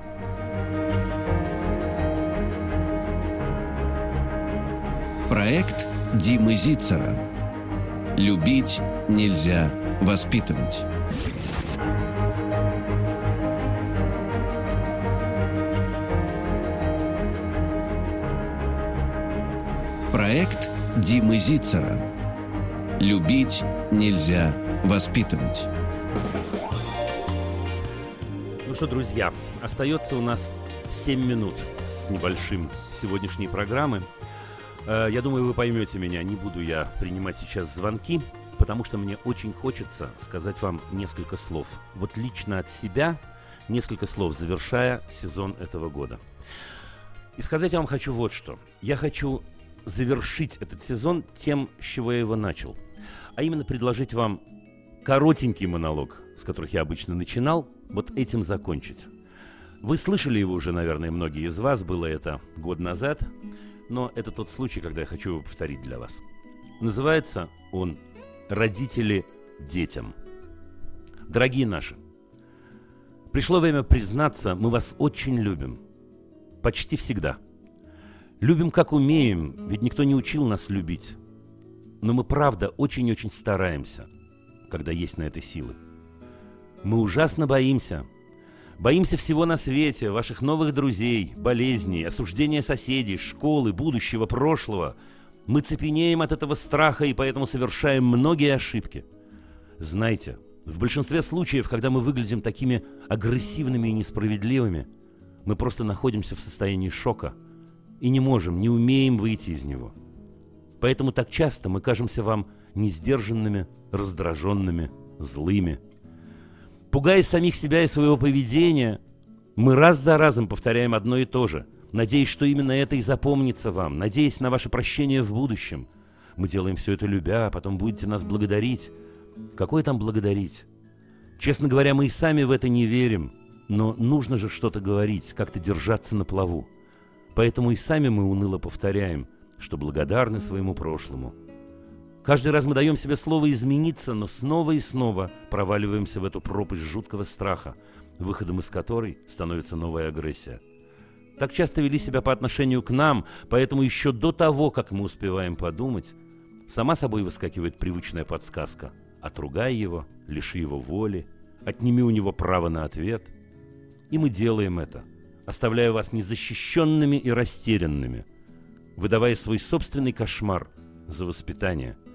Проект Димы Зицера. Любить нельзя воспитывать. Проект Димы Зицера. Любить нельзя воспитывать. Ну что, друзья, остается у нас семь минут с небольшим сегодняшней программы. Я думаю, вы поймете меня. Не буду я принимать сейчас звонки, потому что мне очень хочется сказать вам несколько слов. Вот лично от себя несколько слов, завершая сезон этого года. И сказать я вам хочу вот что. Я хочу завершить этот сезон тем, с чего я его начал. А именно предложить вам коротенький монолог, с которых я обычно начинал, вот этим закончить. Вы слышали его уже, наверное, многие из вас, было это год назад, но это тот случай, когда я хочу его повторить для вас. Называется он «Родители детям». Дорогие наши, пришло время признаться, мы вас очень любим. Почти всегда. Любим, как умеем, ведь никто не учил нас любить. Но мы, правда, очень-очень стараемся, когда есть на это силы. Мы ужасно боимся. Боимся всего на свете, ваших новых друзей, болезней, осуждения соседей, школы, будущего, прошлого. Мы цепенеем от этого страха и поэтому совершаем многие ошибки. Знайте, в большинстве случаев, когда мы выглядим такими агрессивными и несправедливыми, мы просто находимся в состоянии шока и не можем, не умеем выйти из него. Поэтому так часто мы кажемся вам несдержанными, раздраженными, злыми. Пугаясь самих себя и своего поведения, мы раз за разом повторяем одно и то же, надеясь, что именно это и запомнится вам, надеясь на ваше прощение в будущем. Мы делаем все это любя, а потом будете нас благодарить. Какое там благодарить? Честно говоря, мы и сами в это не верим, но нужно же что-то говорить, как-то держаться на плаву. Поэтому и сами мы уныло повторяем, что благодарны своему прошлому. Каждый раз мы даем себе слово измениться, но снова и снова проваливаемся в эту пропасть жуткого страха, выходом из которой становится новая агрессия. Так часто вели себя по отношению к нам, поэтому еще до того, как мы успеваем подумать, сама собой выскакивает привычная подсказка: отругай его, лиши его воли, отними у него право на ответ. И мы делаем это, оставляя вас незащищенными и растерянными, выдавая свой собственный кошмар за воспитание.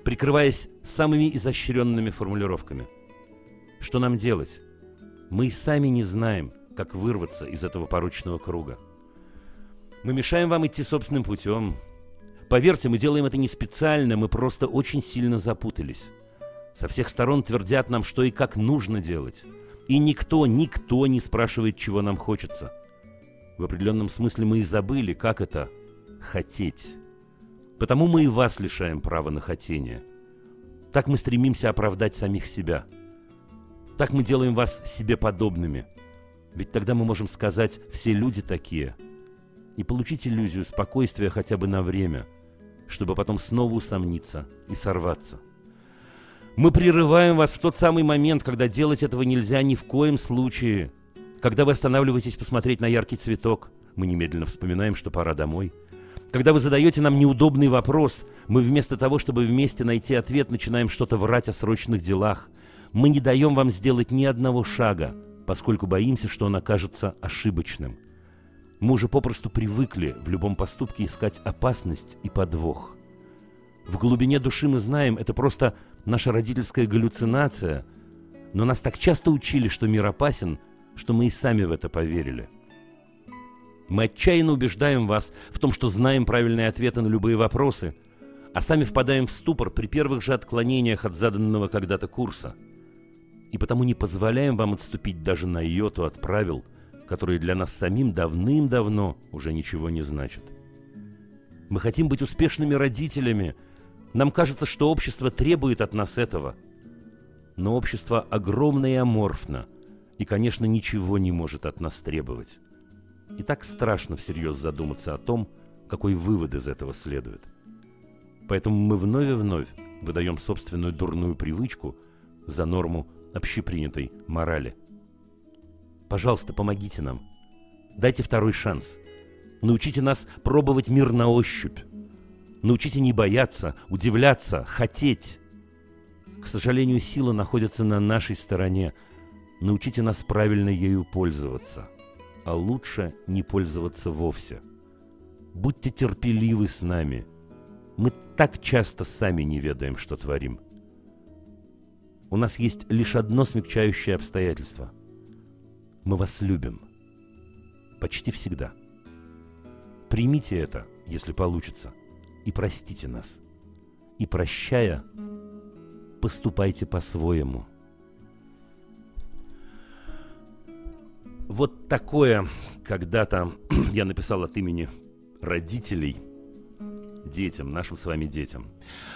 прикрываясь самыми изощренными формулировками. Что нам делать? Мы и сами не знаем, как вырваться из этого порочного круга. Мы мешаем вам идти собственным путем. Поверьте, мы делаем это не специально, мы просто очень сильно запутались. Со всех сторон твердят нам, что и как нужно делать. И никто, никто не спрашивает, чего нам хочется. В определенном смысле мы и забыли, как это – хотеть. Потому мы и вас лишаем права на хотение. Так мы стремимся оправдать самих себя. Так мы делаем вас себе подобными. Ведь тогда мы можем сказать «все люди такие» и получить иллюзию спокойствия хотя бы на время, чтобы потом снова усомниться и сорваться. Мы прерываем вас в тот самый момент, когда делать этого нельзя ни в коем случае. Когда вы останавливаетесь посмотреть на яркий цветок, мы немедленно вспоминаем, что пора домой. Когда вы задаете нам неудобный вопрос, мы вместо того, чтобы вместе найти ответ, начинаем что-то врать о срочных делах. Мы не даем вам сделать ни одного шага, поскольку боимся, что он окажется ошибочным. Мы уже попросту привыкли в любом поступке искать опасность и подвох. В глубине души мы знаем, это просто наша родительская галлюцинация, но нас так часто учили, что мир опасен, что мы и сами в это поверили. Мы отчаянно убеждаем вас в том, что знаем правильные ответы на любые вопросы, а сами впадаем в ступор при первых же отклонениях от заданного когда-то курса. И потому не позволяем вам отступить даже на йоту от правил, которые для нас самим давным-давно уже ничего не значат. Мы хотим быть успешными родителями. Нам кажется, что общество требует от нас этого. Но общество огромно и аморфно, и, конечно, ничего не может от нас требовать. И так страшно всерьез задуматься о том, какой вывод из этого следует. Поэтому мы вновь и вновь выдаем собственную дурную привычку за норму общепринятой морали. Пожалуйста, помогите нам. Дайте второй шанс. Научите нас пробовать мир на ощупь. Научите не бояться, удивляться, хотеть. К сожалению, сила находится на нашей стороне. Научите нас правильно ею пользоваться. А лучше не пользоваться вовсе. Будьте терпеливы с нами. Мы так часто сами не ведаем, что творим. У нас есть лишь одно смягчающее обстоятельство. Мы вас любим. Почти всегда. Примите это, если получится, и простите нас. И прощая, поступайте по-своему. Вот такое когда-то я написал от имени родителей детям, нашим с вами детям.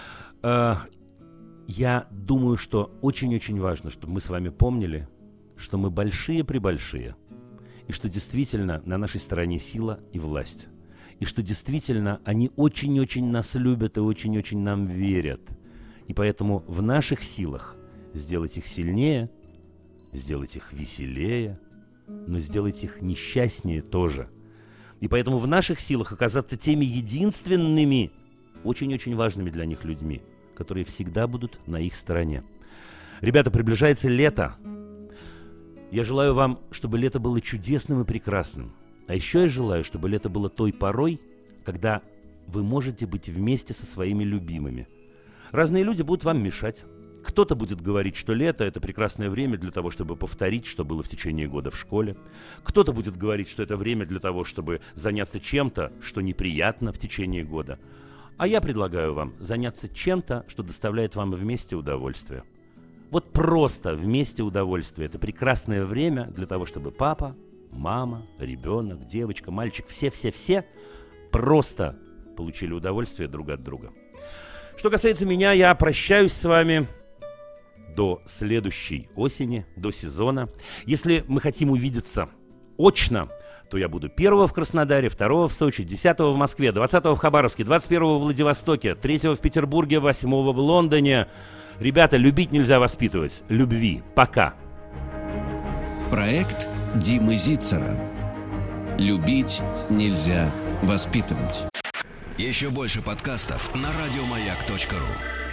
Я думаю, что очень-очень важно, чтобы мы с вами помнили, что мы большие-пребольшие, и что действительно на нашей стороне сила и власть, и что действительно они очень-очень нас любят и очень-очень нам верят. И поэтому в наших силах сделать их сильнее, сделать их веселее, но сделать их несчастнее тоже. И поэтому в наших силах оказаться теми единственными, очень-очень важными для них людьми, которые всегда будут на их стороне. Ребята, приближается лето. Я желаю вам, чтобы лето было чудесным и прекрасным. А еще я желаю, чтобы лето было той порой, когда вы можете быть вместе со своими любимыми. Разные люди будут вам мешать. Кто-то будет говорить, что лето – это прекрасное время для того, чтобы повторить, что было в течение года в школе. Кто-то будет говорить, что это время для того, чтобы заняться чем-то, что неприятно в течение года. А я предлагаю вам заняться чем-то, что доставляет вам вместе удовольствие. Вот просто вместе удовольствие. Это прекрасное время для того, чтобы папа, мама, ребенок, девочка, мальчик, все-все-все просто получили удовольствие друг от друга. Что касается меня, я прощаюсь с вами до следующей осени, до сезона. Если мы хотим увидеться очно, то я буду первого в Краснодаре, второго в Сочи, десятого в Москве, двадцатого в Хабаровске, двадцать первого в Владивостоке, третьего в Петербурге, восьмого в Лондоне. Ребята, любить нельзя воспитывать. Любви. Пока. Проект Димы Зицера. Любить нельзя воспитывать. Еще больше подкастов на радиомаяк точка ру.